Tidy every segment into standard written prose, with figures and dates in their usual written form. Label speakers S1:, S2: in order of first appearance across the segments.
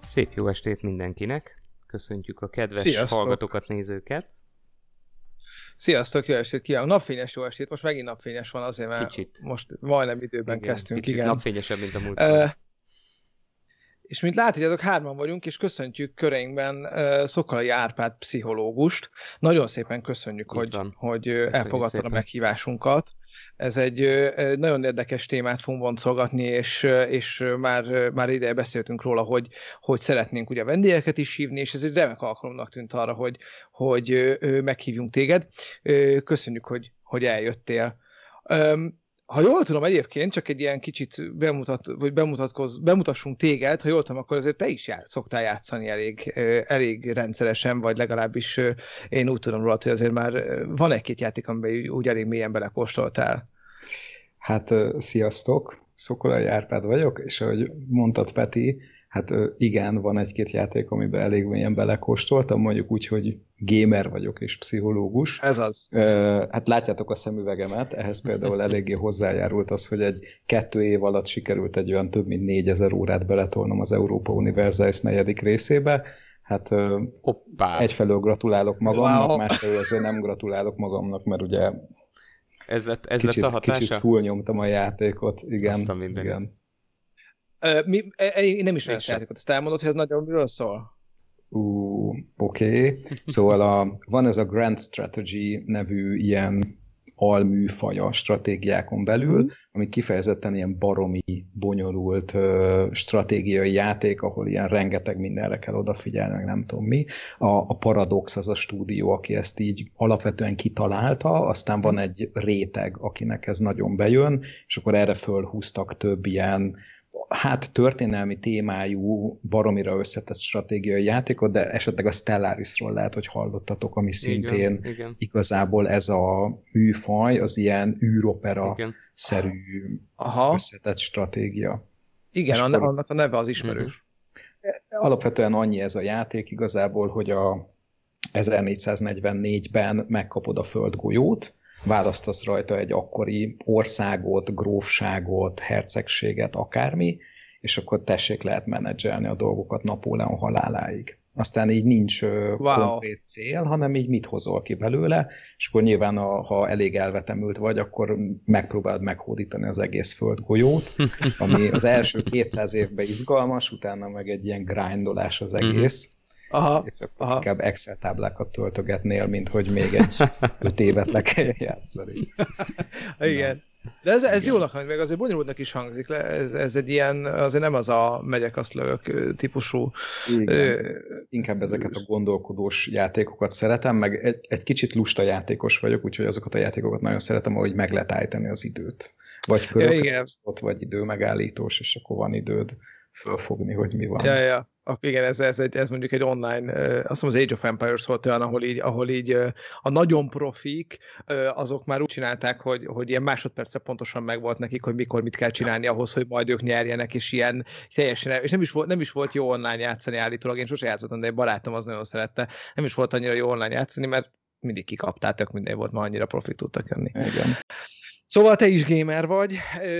S1: Szép jó estét mindenkinek! Köszöntjük a kedves
S2: Sziasztok.
S1: hallgatókat, nézőket!
S2: Sziasztok, jó estét kívánok! Napfényes jó estét, most megint napfényes van azért, mert
S1: Kicsit.
S2: most majdnem időben kezdtünk,
S1: kicsit
S2: igen.
S1: napfényesebb, mint a múltkor.
S2: És mint látjátok, 3-an vagyunk, és köszöntjük köreinkben Szokolai Árpád pszichológust. Nagyon szépen köszönjük, hogy elfogadtad szépen a meghívásunkat. Ez egy nagyon érdekes témát fogunk boncolgatni, és már ideje beszéltünk róla, hogy szeretnénk ugye vendégeket is hívni, és ez egy remek alkalomnak tűnt arra, hogy meghívjunk téged. Köszönjük, hogy eljöttél. Ha jól tudom, egyébként csak egy ilyen kicsit bemutassunk téged, ha jól tudom, akkor azért te is szoktál játszani elég rendszeresen, vagy legalábbis én úgy tudom rólad, hogy azért már van egy-két játék, amiben úgy elég mélyen belekóstoltál.
S3: Hát sziasztok, Szokolai Árpád vagyok, és ahogy mondtad, Peti, hát igen, van egy-két játék, amiben elég mélyen belekóstoltam, mondjuk úgy, hogy gamer vagyok és pszichológus.
S2: Ez az.
S3: Hát látjátok a szemüvegemet, ehhez például eléggé hozzájárult az, hogy 2 év alatt sikerült egy olyan több mint 4000 órát beletolnom az Europa Universalis 4. részébe. Hát egyfelől gratulálok magamnak, másfelől azért nem gratulálok magamnak, mert ugye
S1: ez lett a hatása?
S3: Kicsit túlnyomtam a játékot, igen.
S2: Én nem is egy játékot, ezt elmondod, hogy ez nagyon miről szól?
S3: Oké. Szóval van ez a Grand Strategy nevű ilyen alműfaj a stratégiákon belül, ami kifejezetten ilyen baromi, bonyolult stratégiai játék, ahol ilyen rengeteg mindenre kell odafigyelni, meg nem tudom mi. A Paradox az a stúdió, aki ezt így alapvetően kitalálta, aztán van egy réteg, akinek ez nagyon bejön, és akkor erre fölhúztak több ilyen történelmi témájú, baromira összetett stratégiai játékot, de esetleg a Stellarisról lehet, hogy hallottatok, ami szintén igen. Igazából ez a műfaj, az ilyen űropera-szerű összetett stratégia.
S2: Igen, annak a neve az ismerős.
S3: Alapvetően annyi ez a játék igazából, hogy a 1444-ben megkapod a földgolyót, választasz rajta egy akkori országot, grófságot, hercegséget, akármi, és akkor tessék, lehet menedzselni a dolgokat Napóleon haláláig. Aztán így nincs konkrét cél, hanem így mit hozol ki belőle, és akkor nyilván, ha elég elvetemült vagy, akkor megpróbáld meghódítani az egész földgolyót, ami az első 200 évben izgalmas, utána meg egy ilyen grindolás az egész. És akkor inkább Excel táblákat töltögetnél, mint hogy még egy 5 évet le kell játszani.
S2: Igen. De ez jónak hangzik, meg azért bonyolultnak is hangzik le. Ez egy ilyen, azért nem az a megyek, azt lövök típusú.
S3: Inkább ezeket a gondolkodós játékokat szeretem, meg egy kicsit lusta játékos vagyok, úgyhogy azokat a játékokat nagyon szeretem, ahogy meg lehet állítani az időt. Vagy körökre ott vagy idő megállítós, és akkor van időd fölfogni, hogy mi van.
S2: Ja. Igen, ez mondjuk egy online, azt hiszem az Age of Empires volt olyan, ahol így a nagyon profik, azok már úgy csinálták, hogy ilyen másodpercre pontosan megvolt nekik, hogy mikor mit kell csinálni ahhoz, hogy majd ők nyerjenek, és ilyen teljesen, és nem is volt jó online játszani állítólag, én sose játszottam, de egy barátom az nagyon szerette, nem is volt annyira jó online játszani, mert mindig kikaptátok, minden volt, ma annyira profik tudtak jönni.
S3: Igen.
S2: Szóval te is gamer vagy,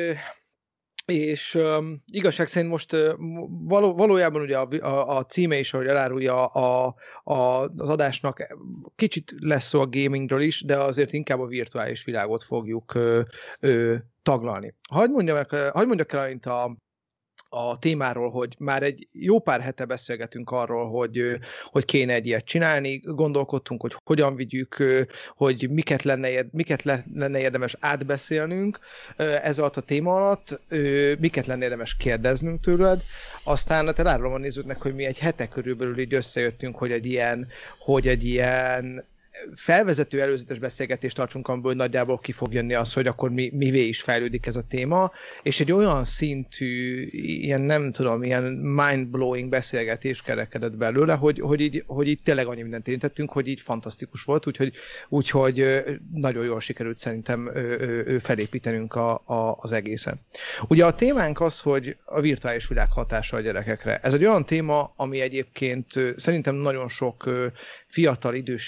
S2: és igazság szerint most valójában ugye a címe is, ahogy elárulja az adásnak, kicsit lesz szó a gamingről is, de azért inkább a virtuális világot fogjuk taglalni. Hadd mondjak el a témáról, hogy már egy jó pár hete beszélgetünk arról, hogy kéne egy ilyet csinálni, gondolkodtunk, hogy hogyan vigyük, hogy miket lenne érdemes átbeszélnünk ez alatt a téma alatt, miket lenne érdemes kérdeznünk tőled, aztán elárulom a nézőknek, hogy mi egy hete körülbelül így összejöttünk, hogy egy ilyen felvezető előzetes beszélgetést tartsunk, amiből nagyjából ki fog jönni az, hogy akkor mivé is fejlődik ez a téma, és egy olyan szintű, ilyen nem tudom, ilyen mind-blowing beszélgetés kerekedett belőle, hogy így tényleg annyi mindent érintettünk, hogy így fantasztikus volt, úgyhogy nagyon jól sikerült szerintem felépítenünk az egészen. Ugye a témánk az, hogy a virtuális világ hatása a gyerekekre. Ez egy olyan téma, ami egyébként szerintem nagyon sok fiatal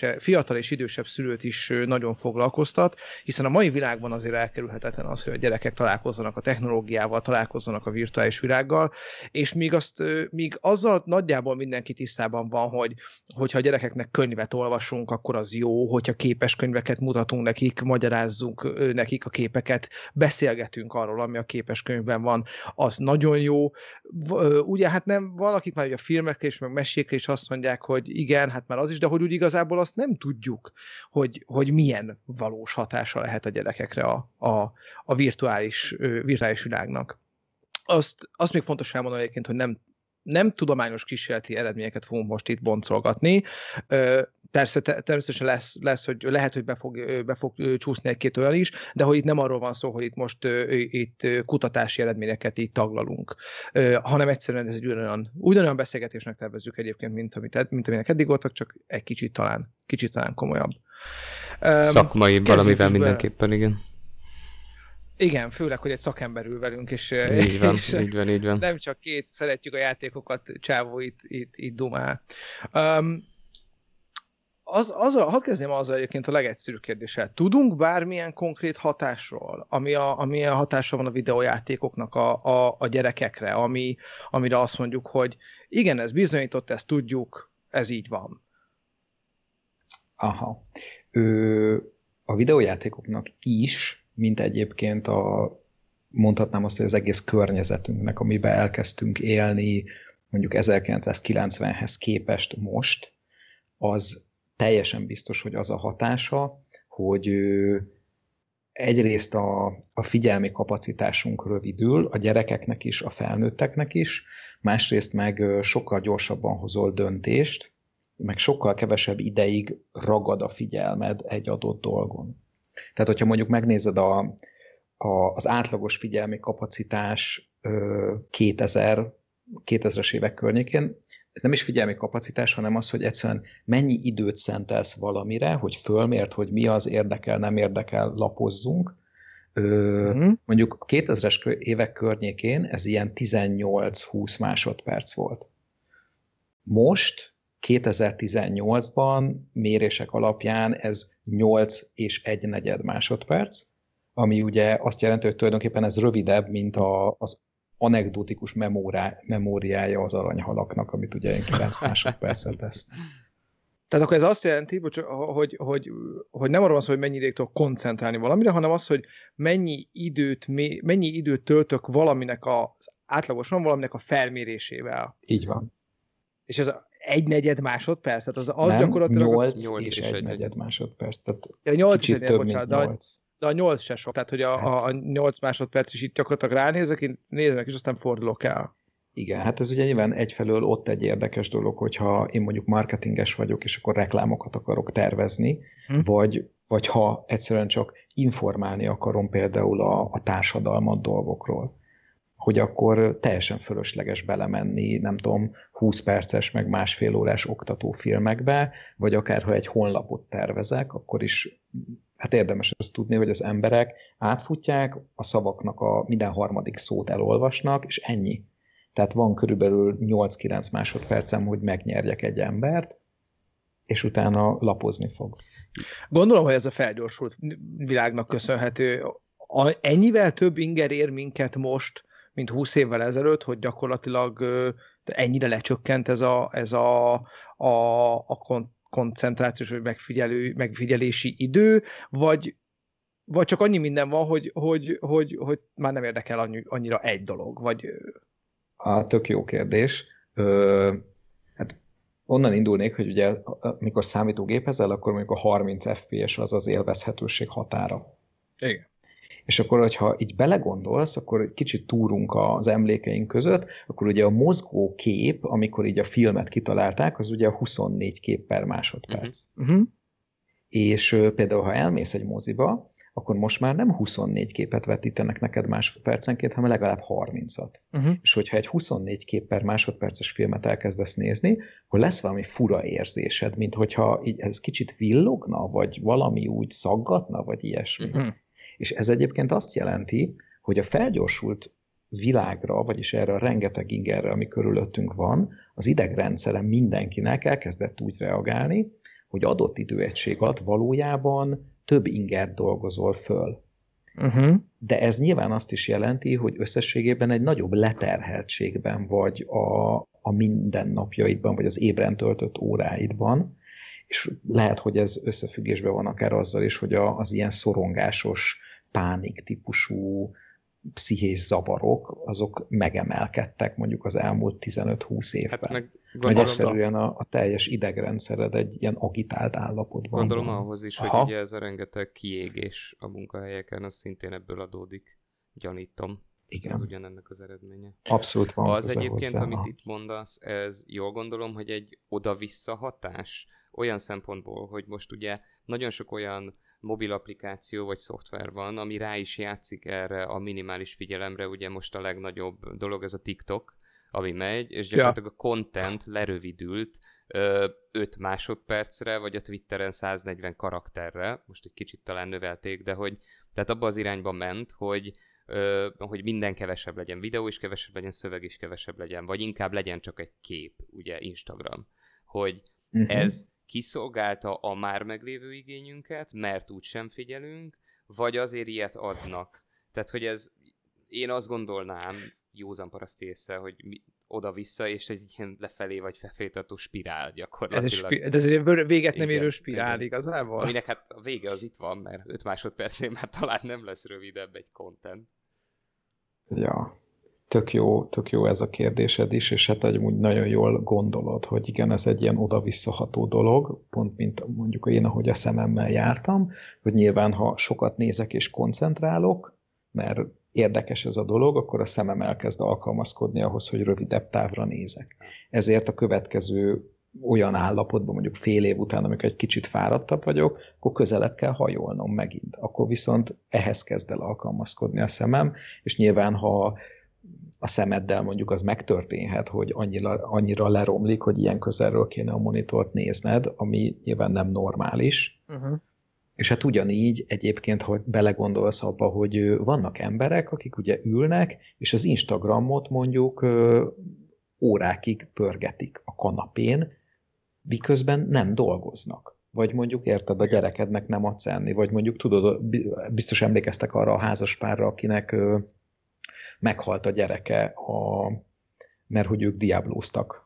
S2: fiatal és idősebb szülőt is nagyon foglalkoztat, hiszen a mai világban azért elkerülhetetlen az, hogy a gyerekek találkozzanak a technológiával, találkozzanak a virtuális világgal, és míg azzal nagyjából mindenki tisztában van, hogyha a gyerekeknek könyvet olvasunk, akkor az jó, hogyha képes könyveket mutatunk nekik, magyarázzunk nekik a képeket, beszélgetünk arról, ami a képes könyvben van, az nagyon jó. Ugye hát nem, valakik már ugye a filmekre és meg mesékre is azt mondják, hogy igen, hát már az is, de hogy úgy igazából azt nem tudjuk, hogy milyen valós hatása lehet a gyerekekre a virtuális világnak. Azt még fontos elmondani egyébként, hogy nem tudományos kísérleti eredményeket fogunk most itt boncolgatni. Természetesen lesz, hogy lehet, hogy be fog csúszni egy-két olyan is, de hogy itt nem arról van szó, hogy itt most itt kutatási eredményeket így taglalunk, hanem egyszerűen ez egy ugyanolyan beszélgetésnek tervezzük egyébként, mint amilyenek eddig voltak, csak egy kicsit talán komolyabb.
S1: Szakmai valamivel mindenképpen, igen.
S2: Igen, főleg, hogy egy szakember ül velünk, és,
S1: így van,
S2: és
S1: így van.
S2: Nem csak két szeretjük a játékokat, csávó itt dumál. Hadd kezdjem azzal egyébként a legegyszerűbb kérdéssel. Tudunk bármilyen konkrét hatásról, ami a hatása van a videójátékoknak a gyerekekre, amire azt mondjuk, hogy igen, ez bizonyított, ezt tudjuk, ez így van.
S3: Aha. A videójátékoknak is, mint egyébként mondhatnám azt, hogy az egész környezetünknek, amiben elkezdtünk élni, mondjuk 1990-hez képest most, az teljesen biztos, hogy az a hatása, hogy egyrészt a figyelmi kapacitásunk rövidül, a gyerekeknek is, a felnőtteknek is, másrészt meg sokkal gyorsabban hozol döntést, meg sokkal kevesebb ideig ragad a figyelmed egy adott dolgon. Tehát, hogyha mondjuk megnézed az átlagos figyelmi kapacitás 2000-es évek környékén, ez nem is figyelmi kapacitás, hanem az, hogy egyszerűen mennyi időt szentelsz valamire, hogy fölmért, hogy mi az érdekel, nem érdekel, lapozzunk. Mondjuk a 2000-es évek környékén ez ilyen 18-20 másodperc volt. Most 2018-ban mérések alapján ez 8 és 1/4 másodperc, ami ugye azt jelenti, hogy tulajdonképpen ez rövidebb, mint az anekdotikus memóriája az aranyhalaknak, amit ugye 9 másodpercet tesz.
S2: Tehát akkor ez azt jelenti, hogy nem arról van szó, hogy mennyi ideig tudok koncentrálni valamire, hanem az, hogy mennyi időt töltök valaminek átlagosan valaminek a felmérésével.
S3: Így van.
S2: És ez 1/4 másodperc? Tehát az
S3: nem,
S2: gyakorlatilag...
S3: 8 és 1/4 másodperc. Tehát
S2: 8
S3: kicsit több, mint 8.
S2: De a 8 se sok. Tehát, hogy a 8 másodperc is itt gyakorlatilag ránézek, én nézem, és aztán fordulok el.
S3: Igen, hát ez ugye nyilván egyfelől ott egy érdekes dolog, hogyha én mondjuk marketinges vagyok, és akkor reklámokat akarok tervezni, vagy ha egyszerűen csak informálni akarom például a társadalmat dolgokról, hogy akkor teljesen fölösleges belemenni, nem tudom, 20 perces, meg másfél órás oktatófilmekbe, vagy akár ha egy honlapot tervezek, akkor is hát érdemes azt tudni, hogy az emberek átfutják, a szavaknak a minden harmadik szót elolvasnak, és ennyi. Tehát van körülbelül 8-9 másodpercem, hogy megnyerjek egy embert, és utána lapozni fog.
S2: Gondolom, hogy ez a felgyorsult világnak köszönhető. Ennyivel több inger ér minket most, mint 20 évvel ezelőtt, hogy gyakorlatilag ennyire lecsökkent ez a koncentrációs vagy megfigyelési idő, vagy csak annyi minden van, hogy már nem érdekel annyira egy dolog, vagy...
S3: Tök jó kérdés. Hát onnan indulnék, hogy ugye mikor számítógépezel, akkor mondjuk a 30 FPS az élvezhetőség határa.
S2: Igen.
S3: És akkor, hogyha így belegondolsz, akkor kicsit túrunk az emlékeink között, akkor ugye a mozgó kép, amikor így a filmet kitalálták, az ugye a 24 kép per másodperc. És például, ha elmész egy moziba, akkor most már nem 24 képet vetítenek neked másodpercenként, hanem legalább 30-at. És hogyha egy 24 kép per másodperces filmet elkezdesz nézni, akkor lesz valami fura érzésed, mint hogyha így ez kicsit villogna, vagy valami úgy szaggatna, vagy ilyesmi. És ez egyébként azt jelenti, hogy a felgyorsult világra, vagyis erre a rengeteg ingerre, ami körülöttünk van, az idegrendszere mindenkinek elkezdett úgy reagálni, hogy adott időegység alatt valójában több ingert dolgozol föl. De ez nyilván azt is jelenti, hogy összességében egy nagyobb leterheltségben vagy a mindennapjaidban, vagy az ébren töltött óráidban, és lehet, hogy ez összefüggésben van akár azzal is, hogy az ilyen szorongásos, pánik típusú pszichés zavarok, azok megemelkedtek mondjuk az elmúlt 15-20 évben. Vagy egyszerűen a teljes idegrendszered egy ilyen agitált állapotban.
S1: Gondolom ahhoz is, hogy ugye ez a rengeteg kiégés a munkahelyeken, az szintén ebből adódik. Gyanítom.
S3: Igen.
S1: Ez ugyanennek az eredménye.
S3: Abszolút van
S1: az egyébként, hozzá. Amit itt mondasz, ez jól gondolom, hogy egy oda-vissza hatás? Olyan szempontból, hogy most ugye nagyon sok olyan mobil applikáció vagy szoftver van, ami rá is játszik erre a minimális figyelemre, ugye most a legnagyobb dolog ez a TikTok, ami megy, és gyakorlatilag a content lerövidült 5 másodpercre, vagy a Twitteren 140 karakterre, most egy kicsit talán növelték, de hogy tehát abba az irányba ment, hogy minden kevesebb legyen, videó is kevesebb legyen, szöveg is kevesebb legyen, vagy inkább legyen csak egy kép, ugye Instagram, hogy ez kiszolgálta a már meglévő igényünket, mert úgysem figyelünk, vagy azért ilyet adnak. Tehát, hogy ez, én azt gondolnám, józan paraszti észre, hogy oda-vissza, és egy ilyen lefelé vagy felfelé tartó spirál gyakorlatilag.
S2: Ez egy véget nem érő spirál igazából?
S1: Aminek hát a vége az itt van, mert 5 másodpercén már talán nem lesz rövidebb egy content.
S3: Ja, tök jó ez a kérdésed is, és hát úgy nagyon jól gondolod, hogy igen, ez egy ilyen oda-visszaható dolog, pont mint mondjuk én, ahogy a szememmel jártam, hogy nyilván, ha sokat nézek és koncentrálok, mert érdekes ez a dolog, akkor a szemem elkezd alkalmazkodni ahhoz, hogy rövidebb távra nézek. Ezért a következő olyan állapotban, mondjuk fél év után, amikor egy kicsit fáradtabb vagyok, akkor közelebb kell hajolnom megint. Akkor viszont ehhez kezd el alkalmazkodni a szemem, és nyilván, ha a szemeddel mondjuk az megtörténhet, hogy annyira leromlik, hogy ilyen közelről kéne a monitort nézned, ami nyilván nem normális. És hát ugyanígy egyébként, hogy belegondolsz abba, hogy vannak emberek, akik ugye ülnek, és az Instagramot mondjuk órákig pörgetik a kanapén, miközben nem dolgoznak. Vagy mondjuk érted, a gyerekednek nem adsz enni, vagy mondjuk tudod, biztos emlékeztek arra a házaspárra, akinek meghalt a gyereke, mert hogy ők diablóztak.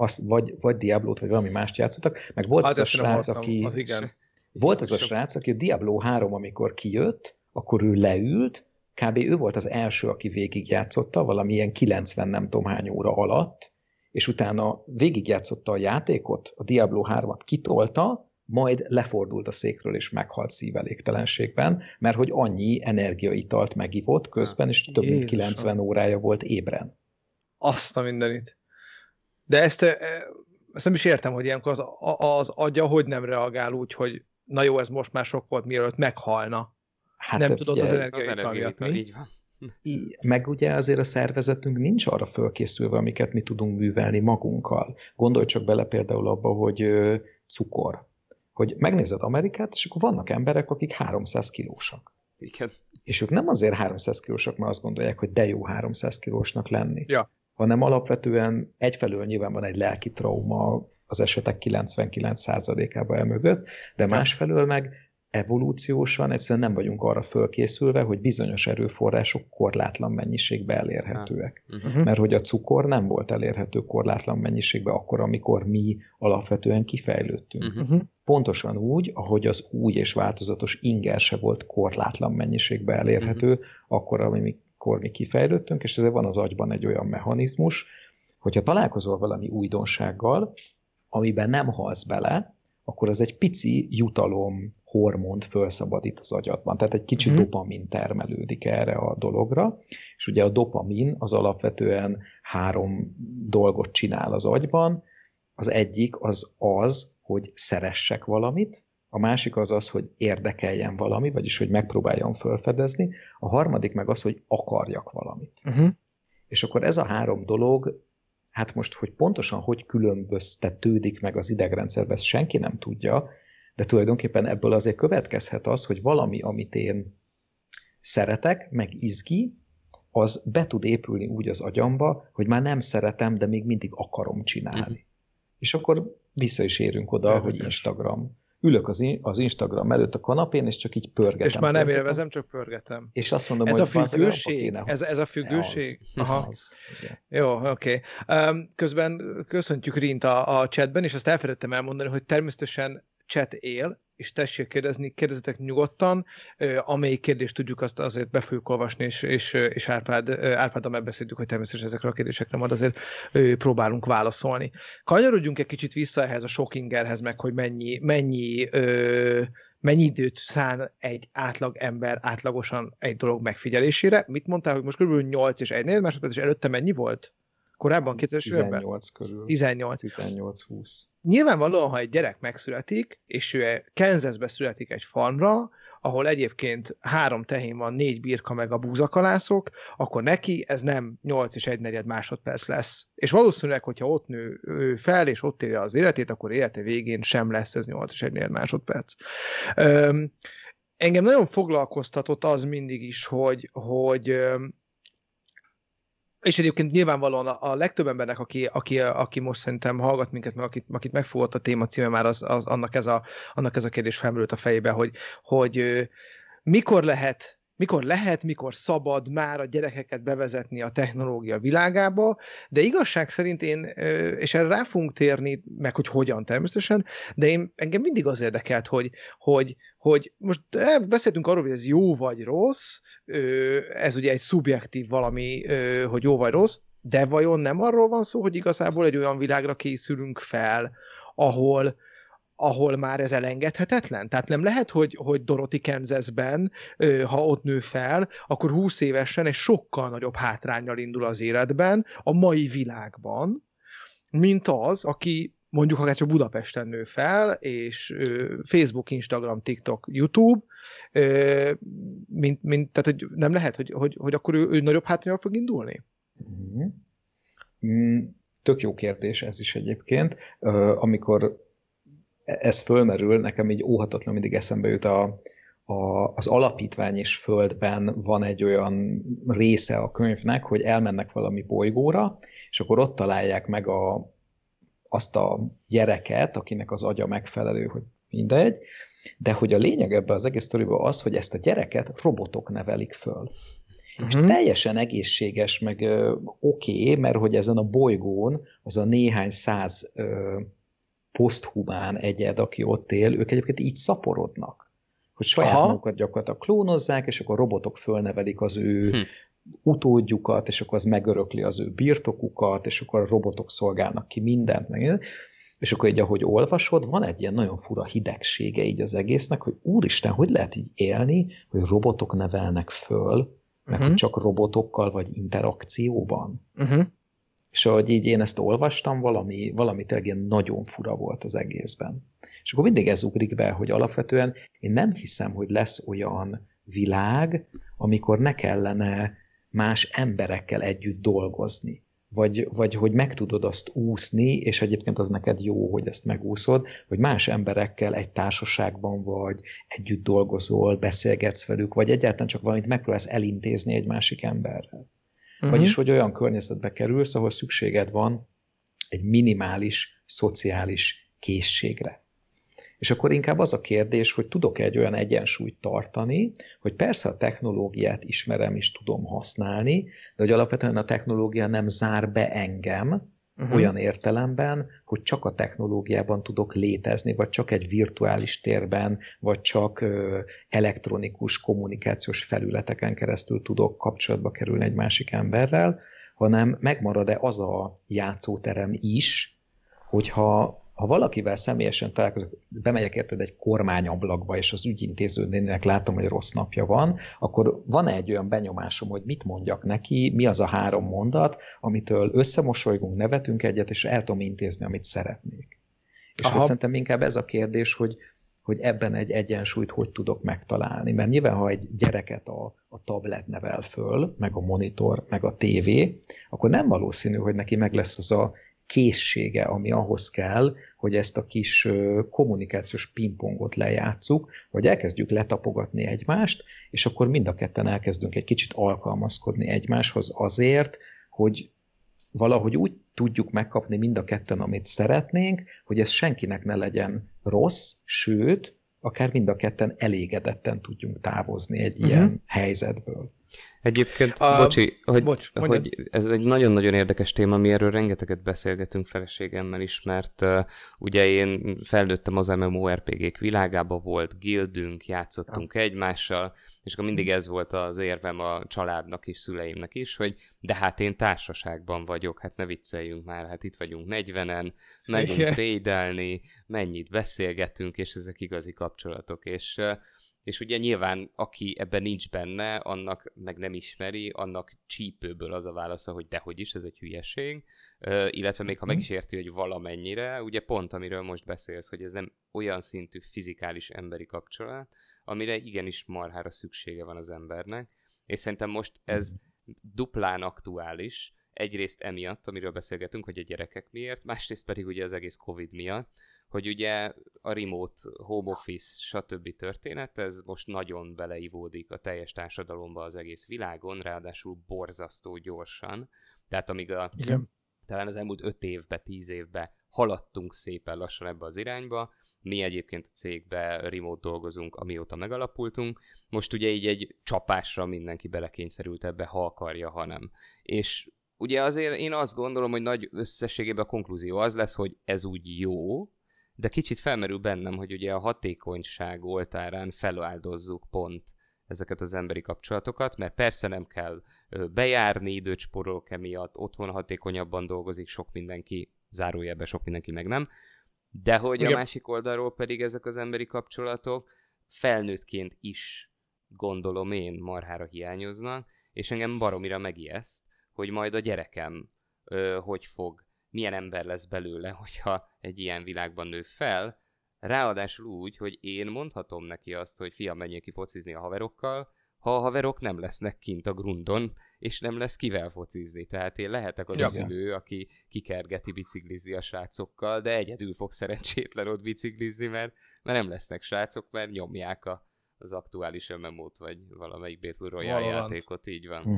S3: Vagy Diablót, vagy valami mást játszottak, meg volt az a srác, aki... Volt az a srác, aki a Diablo 3, amikor kijött, akkor ő leült, kb. Ő volt az első, aki végigjátszotta, valamilyen 90 nem tudom hány óra alatt, és utána végigjátszotta a játékot, a Diablo 3-at kitolta, majd lefordult a székről, és meghalt szívelégtelenségben, mert hogy annyi energiaitalt megivott közben, és több mint 90 órája volt ébren.
S2: Azt a mindenit. De ezt nem is értem, hogy ilyenkor az agya hogy nem reagál úgy, hogy na jó, ez most már sok volt, mielőtt meghalna.
S3: Hát
S2: nem tudod az
S1: energiaital miatt, mi? Így van.
S3: Meg ugye azért a szervezetünk nincs arra fölkészülve, amiket mi tudunk művelni magunkkal. Gondolj csak bele például abba, hogy cukor. Hogy megnézed Amerikát, és akkor vannak emberek, akik 300 kilósak.
S1: Igen.
S3: És ők nem azért 300 kilósak, mert azt gondolják, hogy de jó 300 kilósnak lenni.
S2: Ja.
S3: Hanem alapvetően egyfelől nyilván van egy lelki trauma az esetek 99%-ában elmögött, de másfelől meg evolúciósan egyszerűen nem vagyunk arra fölkészülve, hogy bizonyos erőforrások korlátlan mennyiségben elérhetőek. Mert hogy a cukor nem volt elérhető korlátlan mennyiségben akkor, amikor mi alapvetően kifejlődtünk. Pontosan úgy, ahogy az új és változatos inger se volt korlátlan mennyiségben elérhető, akkor, amikor mi kifejlődtünk, és ezért van az agyban egy olyan mechanizmus, hogyha találkozol valami újdonsággal, amiben nem halsz bele, akkor az egy pici jutalom hormont felszabadít az agyadban. Tehát egy kicsi dopamin termelődik erre a dologra, és ugye a dopamin az alapvetően 3 dolgot csinál az agyban. Az egyik az, hogy szeressek valamit, a másik az, hogy érdekeljen valami, vagyis hogy megpróbáljon felfedezni, a harmadik meg az, hogy akarjak valamit. És akkor ez a 3 dolog, hát most, hogy pontosan hogy különböztetődik meg az idegrendszerben, ezt senki nem tudja, de tulajdonképpen ebből azért következhet az, hogy valami, amit én szeretek, meg izgi, az be tud épülni úgy az agyamba, hogy már nem szeretem, de még mindig akarom csinálni. És akkor vissza is érünk oda, hogy Instagram. Ülök az Instagram előtt a kanapén, és csak így pörgetem.
S2: És már nem élvezem, csak pörgetem.
S3: És azt mondom,
S2: ez
S3: hogy...
S2: A függőség? Ez a függőség?
S3: Aha.
S2: Jó, oké. Közben köszöntjük Rint a chatben, és azt elfelejtettem elmondani, hogy természetesen chat él, és tessék kérdezni, kérdezzetek nyugodtan, amelyik kérdést tudjuk, azt azért be fogjuk olvasni, és Árpáddal megbeszéltük, hogy természetesen ezekre a kérdésekre majd azért próbálunk válaszolni. Kanyarodjunk egy kicsit vissza ehhez a Shockingerhez, meg hogy mennyi időt szán egy átlag ember átlagosan egy dolog megfigyelésére. Mit mondtál, hogy most kb. 8 és 1 másodperc, és előtte mennyi volt? Korábban 2000-es években?
S3: 18 körül.
S2: 18-20.
S3: 18-20.
S2: Nyilvánvalóan, ha egy gyerek megszületik, és ő Kansasbe születik egy farmra, ahol egyébként 3 tehén van, 4 birka meg a búzakalászok, akkor neki ez nem 8 és 1/4 másodperc lesz. És valószínűleg, hogyha ott nő fel, és ott élje az életét, akkor élete végén sem lesz ez 8 és 1/4 másodperc. Engem nagyon foglalkoztatott az mindig is, hogy és egyébként nyilvánvalóan a legtöbb embernek, aki most szerintem hallgat minket, meg akit megfogott a téma címe, már annak ez a kérdés felmerült a fejébe, hogy mikor szabad már a gyerekeket bevezetni a technológia világába, de igazság szerint és erre rá fogunk térni, meg hogy hogyan természetesen, de engem mindig az érdekelt, hogy most beszéltünk arról, hogy ez jó vagy rossz, ez ugye egy szubjektív valami, hogy jó vagy rossz, de vajon nem arról van szó, hogy igazából egy olyan világra készülünk fel, ahol már ez elengedhetetlen? Tehát nem lehet, hogy Dorothy Kansasben, ha ott nő fel, akkor 20 évesen egy sokkal nagyobb hátránnyal indul az életben, a mai világban, mint az, aki mondjuk akár csak Budapesten nő fel, és Facebook, Instagram, TikTok, YouTube, tehát hogy nem lehet, hogy akkor ő nagyobb hátrányal fog indulni?
S3: Tök jó kérdés ez is egyébként. Amikor ez fölmerül, nekem így óhatatlan mindig eszembe jut az Alapítvány és Földben van egy olyan része a könyvnek, hogy elmennek valami bolygóra, és akkor ott találják meg azt a gyereket, akinek az agya megfelelő, hogy mindegy, de hogy a lényeg ebben az egész sztoriban az, hogy ezt a gyereket robotok nevelik föl. És teljesen egészséges, meg oké, mert hogy ezen a bolygón az a néhány száz poszthumán egyed, aki ott él, ők egyébként így szaporodnak. Hogy saját magukat gyakorlatilag klónozzák, és akkor robotok fölnevelik az ő utódjukat, és akkor az megörökli az ő birtokukat, és akkor a robotok szolgálnak ki mindent, és akkor így, ahogy olvasod, van egy ilyen nagyon fura hidegsége így az egésznek, hogy úristen, hogy lehet így élni, hogy robotok nevelnek föl, meg hogy csak robotokkal vagy interakcióban. És ahogy így én ezt olvastam, valami tényleg ilyen nagyon fura volt az egészben. És akkor mindig ez ugrik be, hogy alapvetően én nem hiszem, hogy lesz olyan világ, amikor ne kellene más emberekkel együtt dolgozni. Vagy hogy meg tudod azt úszni, és egyébként az neked jó, hogy ezt megúszod, hogy más emberekkel egy társaságban vagy, együtt dolgozol, beszélgetsz velük, vagy egyáltalán csak valamit megpróbálsz elintézni egy másik emberrel. Vagyis, hogy olyan környezetbe kerülsz, ahol szükséged van egy minimális szociális készségre. És akkor inkább az a kérdés, hogy tudok egy olyan egyensúlyt tartani, hogy persze a technológiát ismerem és tudom használni, de hogy alapvetően a technológia nem zár be engem olyan értelemben, hogy csak a technológiában tudok létezni, vagy csak egy virtuális térben, vagy csak elektronikus kommunikációs felületeken keresztül tudok kapcsolatba kerülni egy másik emberrel, hanem megmarad-e az a játszóterem is, hogyha valakivel személyesen találkozok, bemegyek érted egy kormányablakba, és az ügyintézőnének látom, hogy rossz napja van, akkor van egy olyan benyomásom, hogy mit mondjak neki, mi az a 3 mondat, amitől összemosolygunk, nevetünk egyet, és el tudom intézni, amit szeretnék. És szerintem inkább ez a kérdés, hogy ebben egy egyensúlyt hogy tudok megtalálni. Mert nyilván, ha egy gyereket a tablet nevel föl, meg a monitor, meg a tévé, akkor nem valószínű, hogy neki meg lesz az a készsége, ami ahhoz kell, hogy ezt a kis kommunikációs pingpongot lejátsszuk, hogy elkezdjük letapogatni egymást, és akkor mind a ketten elkezdünk egy kicsit alkalmazkodni egymáshoz azért, hogy valahogy úgy tudjuk megkapni mind a ketten, amit szeretnénk, hogy ez senkinek ne legyen rossz, sőt, akár mind a ketten elégedetten tudjunk távozni egy ilyen helyzetből.
S1: Egyébként, hogy ez egy nagyon-nagyon érdekes téma, mi erről rengeteget beszélgetünk feleségemmel is, mert ugye én felnőttem az MMORPG-k világába, volt guildünk, játszottunk egymással, és akkor mindig ez volt az érvem a családnak és szüleimnek is, hogy de hát én társaságban vagyok, hát ne vicceljünk már, hát itt vagyunk 40-en, megyünk raidelni, mennyit beszélgetünk, és ezek igazi kapcsolatok, és ugye nyilván, aki ebben nincs benne, annak meg nem ismeri, annak csípőből az a válasza, hogy dehogy is, ez egy hülyeség, illetve még ha meg is érti, hogy valamennyire, ugye pont amiről most beszélsz, hogy ez nem olyan szintű fizikális emberi kapcsolat, amire igenis marhára szüksége van az embernek, és szerintem most ez duplán aktuális, egyrészt emiatt, amiről beszélgetünk, hogy a gyerekek miért, másrészt pedig ugye az egész Covid miatt, hogy ugye a remote, home office, stb. Történet, ez most nagyon beleivódik a teljes társadalomba az egész világon, ráadásul borzasztó gyorsan. Tehát amíg talán az elmúlt 5 évben, 10 évben haladtunk szépen lassan ebbe az irányba, mi egyébként a cégben remote dolgozunk, amióta megalapultunk, most ugye így egy csapásra mindenki belekényszerült ebbe, ha akarja, ha nem. És ugye azért én azt gondolom, hogy nagy összességében a konklúzió az lesz, hogy ez úgy jó, de kicsit felmerül bennem, hogy ugye a hatékonyság oltárán feláldozzuk pont ezeket az emberi kapcsolatokat, mert persze nem kell bejárni, időt spórolok emiatt, otthon hatékonyabban dolgozik sok mindenki, zárójelben sok mindenki meg nem, de hogy a másik oldalról pedig ezek az emberi kapcsolatok felnőttként is, gondolom én, marhára hiányoznak, és engem baromira megijeszt, hogy majd a gyerekem milyen ember lesz belőle, hogyha egy ilyen világban nő fel, ráadásul úgy, hogy én mondhatom neki azt, hogy fiam, menjél ki focizni a haverokkal, ha a haverok nem lesznek kint a grundon, és nem lesz kivel focizni. Tehát én lehetek az a szülő, aki kikergeti biciklizni a srácokkal, de egyedül fog szerencsétlen ott biciklizni, mert nem lesznek srácok, mert nyomják az aktuális MMO-t, vagy valamelyik Battle Royale játékot, így van.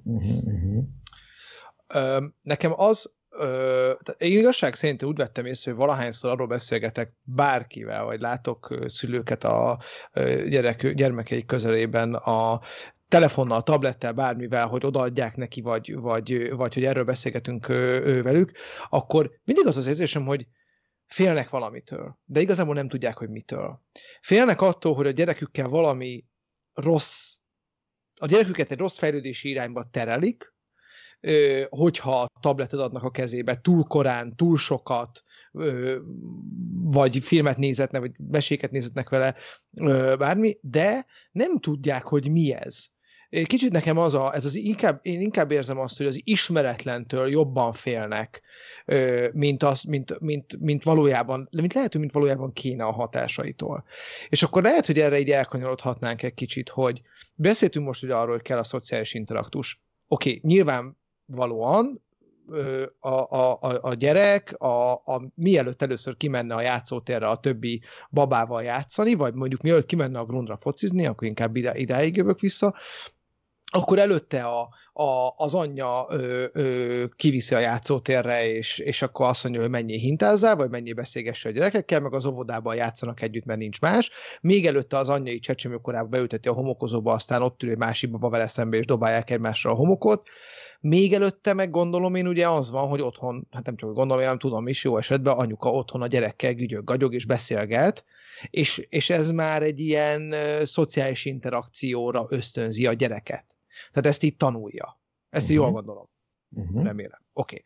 S2: Nekem az én igazság szerint úgy vettem észre, hogy valahányszor arról beszélgetek bárkivel, vagy látok szülőket a gyermekeik közelében a telefonnal, tablettel, bármivel, hogy odaadják neki, vagy hogy erről beszélgetünk velük, akkor mindig az érzésem, hogy félnek valamitől, de igazából nem tudják, hogy mitől. Félnek attól, hogy a gyerekükkel valami a gyereküket egy rossz fejlődési irányba terelik, hogyha tabletet adnak a kezébe túl korán, túl sokat, vagy filmet nézetnek, vagy meséket nézetnek vele, bármi, de nem tudják, hogy mi ez. Kicsit nekem én inkább érzem azt, hogy az ismeretlentől jobban félnek, mint valójában kéne a hatásaitól. És akkor lehet, hogy erre így elkanyarodhatnánk egy kicsit, hogy beszéltünk most ugye arról, hogy kell a szociális interaktus. Oké, nyilvánvalóan a gyerek mielőtt először kimenne a játszótérre a többi babával játszani, vagy mondjuk mielőtt kimenne a grundra focizni, akkor inkább idáig jövök vissza, akkor előtte az anyja kiviszi a játszótérre, és akkor azt mondja, hogy menjél hintázzál, vagy menjél beszélgesse a gyerekekkel, meg az óvodában játszanak együtt, mert nincs más. Még előtte az anyjai csecsemőkorában beülteti a homokozóba, aztán ott ül egy másik baba vele szembe, és dobálják egymásra a homokot. Még előtte meg gondolom én ugye az van, hogy otthon, hát nem csak gondolom, én nem tudom is, jó esetben anyuka otthon a gyerekkel gagyog és beszélget, és ez már egy ilyen szociális interakcióra ösztönzi a gyereket. Tehát ezt így tanulja. Ezt jól gondolom. Remélem. Oké.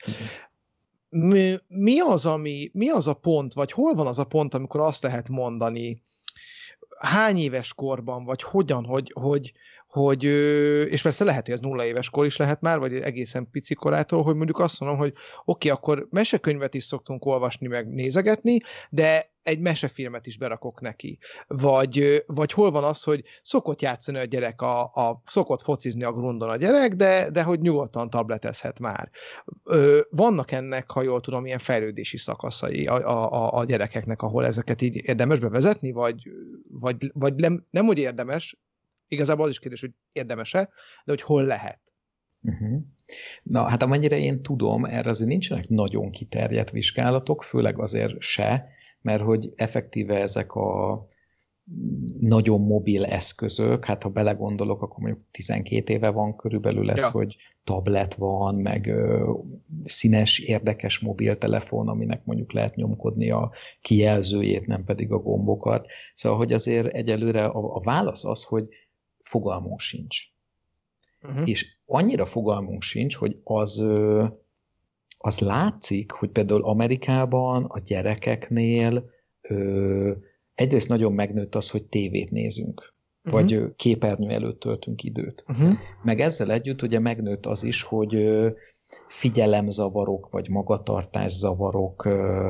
S2: Mi az a pont, vagy hol van az a pont, amikor azt lehet mondani, hány éves korban, vagy hogyan, hogy és persze lehet, hogy ez 0 éves kor is lehet már, vagy egészen pici korától, hogy mondjuk azt mondom, hogy oké, akkor mesekönyvet is szoktunk olvasni, meg nézegetni, de egy mesefilmet is berakok neki. Vagy hol van az, hogy szokott játszani a gyerek, szokott focizni a grundon a gyerek, de hogy nyugodtan tabletezhet már. Vannak ennek, ha jól tudom, ilyen fejlődési szakaszai a gyerekeknek, ahol ezeket így érdemes bevezetni, vagy nem hogy érdemes, igazából az is kérdés, hogy érdemes-e, de hogy hol lehet.
S3: Na, hát amennyire én tudom, erre azért nincsenek nagyon kiterjedt vizsgálatok, főleg azért se, mert hogy effektíve ezek a nagyon mobil eszközök, hát ha belegondolok, akkor mondjuk 12 éve van körülbelül ez, hogy tablet van, meg színes, érdekes mobiltelefon, aminek mondjuk lehet nyomkodni a kijelzőjét, nem pedig a gombokat. Szóval, hogy azért egyelőre a válasz az, hogy fogalmunk sincs. És annyira fogalmunk sincs, hogy az látszik, hogy például Amerikában a gyerekeknél egyrészt nagyon megnőtt az, hogy tévét nézünk, vagy képernyő előtt töltünk időt. Meg ezzel együtt ugye megnőtt az is, hogy figyelemzavarok, vagy magatartászavarok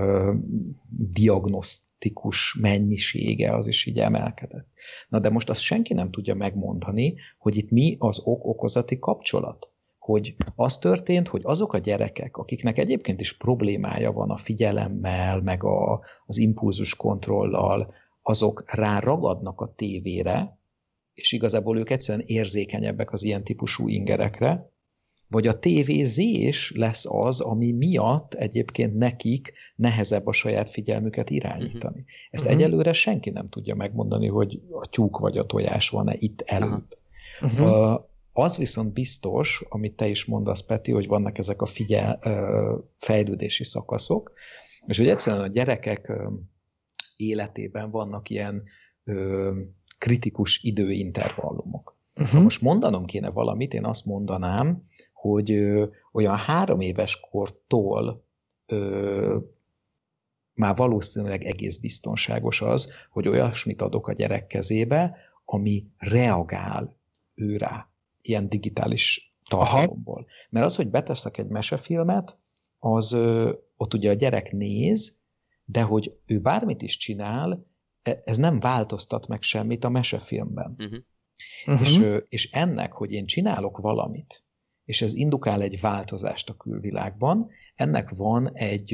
S3: diagnosztikus mennyisége az is így emelkedett. Na de most azt senki nem tudja megmondani, hogy itt mi az ok-okozati kapcsolat. Hogy az történt, hogy azok a gyerekek, akiknek egyébként is problémája van a figyelemmel, meg az impulzus kontrollal, azok ráragadnak a tévére, és igazából ők egyszerűen érzékenyebbek az ilyen típusú ingerekre, vagy a tévézés lesz az, ami miatt egyébként nekik nehezebb a saját figyelmüket irányítani. Ezt egyelőre senki nem tudja megmondani, hogy a tyúk vagy a tojás van-e itt előbb. Az viszont biztos, amit te is mondasz, Peti, hogy vannak ezek a fejlődési szakaszok, és hogy egyszerűen a gyerekek életében vannak ilyen kritikus időintervallumok. Ha most mondanom kéne valamit, én azt mondanám, hogy olyan 3 éves kortól már valószínűleg egész biztonságos az, hogy olyasmit adok a gyerek kezébe, ami reagál ő rá, ilyen digitális tartalomból. Mert az, hogy beteszek egy mesefilmet, az ott ugye a gyerek néz, de hogy ő bármit is csinál, ez nem változtat meg semmit a mesefilmben. És ennek, hogy én csinálok valamit, és ez indukál egy változást a külvilágban, ennek van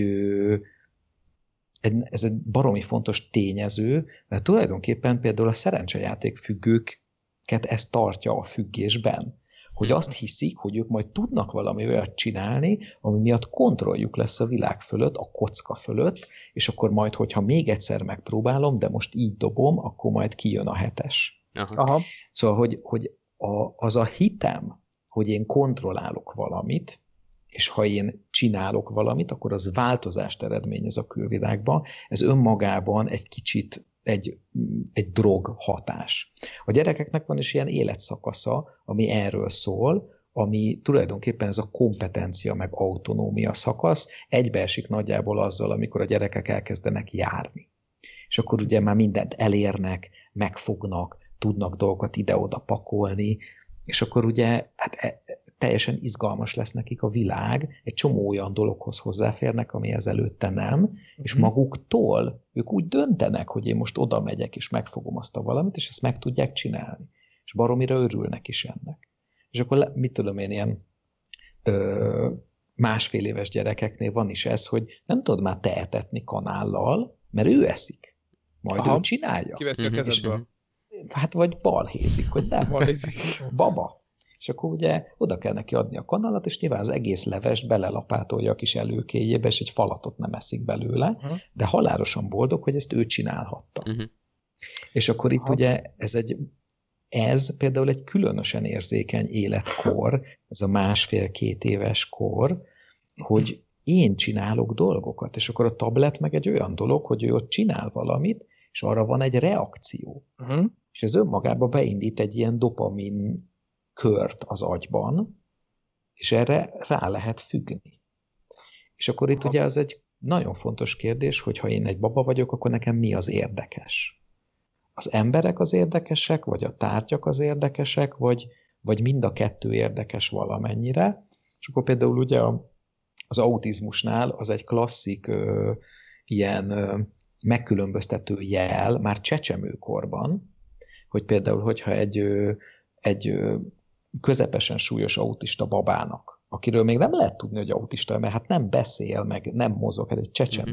S3: ez egy baromi fontos tényező, mert tulajdonképpen például a szerencsejáték függőket ez tartja a függésben, hogy azt hiszik, hogy ők majd tudnak valami olyat csinálni, ami miatt kontrolljuk lesz a világ fölött, a kocka fölött, és akkor majd, hogyha még egyszer megpróbálom, de most így dobom, akkor majd kijön a 7-es. Szóval, hogy az a hitem, hogy én kontrollálok valamit, és ha én csinálok valamit, akkor az változást eredményez a külvilágban, ez önmagában egy kicsit egy drog hatás. A gyerekeknek van is ilyen életszakasza, ami erről szól, ami tulajdonképpen ez a kompetencia meg autonómia szakasz, egybeesik nagyjából azzal, amikor a gyerekek elkezdenek járni. És akkor ugye már mindent elérnek, megfognak, tudnak dolgokat ide-oda pakolni, és akkor ugye hát teljesen izgalmas lesz nekik a világ, egy csomó olyan dologhoz hozzáférnek, amihez előtte nem, és maguktól ők úgy döntenek, hogy én most oda megyek, és megfogom azt a valamit, és ezt meg tudják csinálni. És baromira örülnek is ennek. És akkor mit tudom én, ilyen másfél éves gyerekeknél van is ez, hogy nem tudod már te etetni kanállal, mert ő eszik. Majd ő csinálja.
S2: Kiveszi a kezedből.
S3: Hát vagy balhézik, hogy nem. Baba. És akkor ugye oda kell neki adni a kanalat, és nyilván az egész levest belelapátolja a kis előkéjébe, és egy falatot nem eszik belőle, de halálosan boldog, hogy ezt ő csinálhatta. És akkor itt ugye ez például egy különösen érzékeny életkor, ez a 1,5-2 éves kor, hogy én csinálok dolgokat, és akkor a tablet meg egy olyan dolog, hogy ő ott csinál valamit, és arra van egy reakció. És ez önmagában beindít egy ilyen dopamin kört az agyban, és erre rá lehet függni. És akkor itt ugye az egy nagyon fontos kérdés, hogy ha én egy baba vagyok, akkor nekem mi az érdekes? Az emberek az érdekesek, vagy a tárgyak az érdekesek, vagy mind a kettő érdekes valamennyire. És akkor például ugye az autizmusnál az egy klasszik ilyen megkülönböztető jel már csecsemőkorban, hogy például, hogyha egy közepesen súlyos autista babának, akiről még nem lehet tudni, hogy autista, mert hát nem beszél, meg nem mozog, hát egy csecsemő.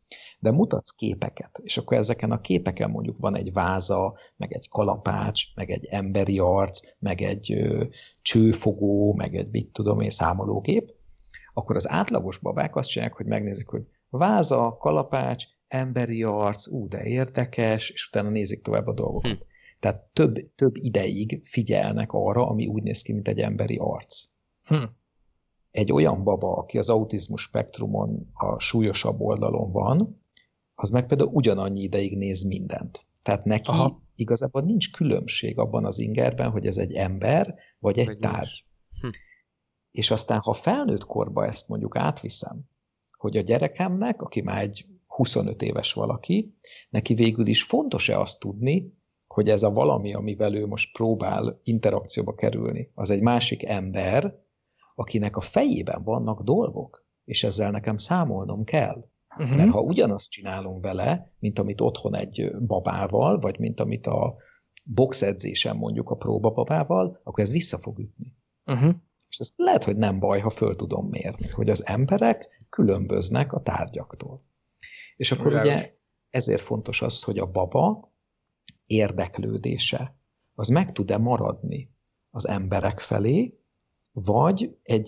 S3: de mutatsz képeket, és akkor ezeken a képeken mondjuk van egy váza, meg egy kalapács, meg egy emberi arc, meg egy csőfogó, meg egy mit tudom én, számológép, akkor az átlagos babák azt csinálják, hogy megnézik, hogy váza, kalapács, emberi arc, de érdekes, és utána nézik tovább a dolgokat. Tehát több ideig figyelnek arra, ami úgy néz ki, mint egy emberi arc. Egy olyan baba, aki az autizmus spektrumon a súlyosabb oldalon van, az meg például ugyanannyi ideig néz mindent. Tehát neki igazából nincs különbség abban az ingerben, hogy ez egy ember, vagy egy tárgy. És aztán, ha felnőtt korba ezt mondjuk átviszem, hogy a gyerekemnek, aki már egy 25 éves valaki, neki végül is fontos-e azt tudni, hogy ez a valami, amivel ő most próbál interakcióba kerülni, az egy másik ember, akinek a fejében vannak dolgok, és ezzel nekem számolnom kell. Mert ha ugyanazt csinálom vele, mint amit otthon egy babával, vagy mint amit a boxedzésen mondjuk a próbababával, akkor ez vissza fog ütni. És ez lehet, hogy nem baj, ha föl tudom mérni, hogy az emberek különböznek a tárgyaktól. És akkor ugye ezért fontos az, hogy a baba érdeklődése, az meg tud-e maradni az emberek felé, vagy egy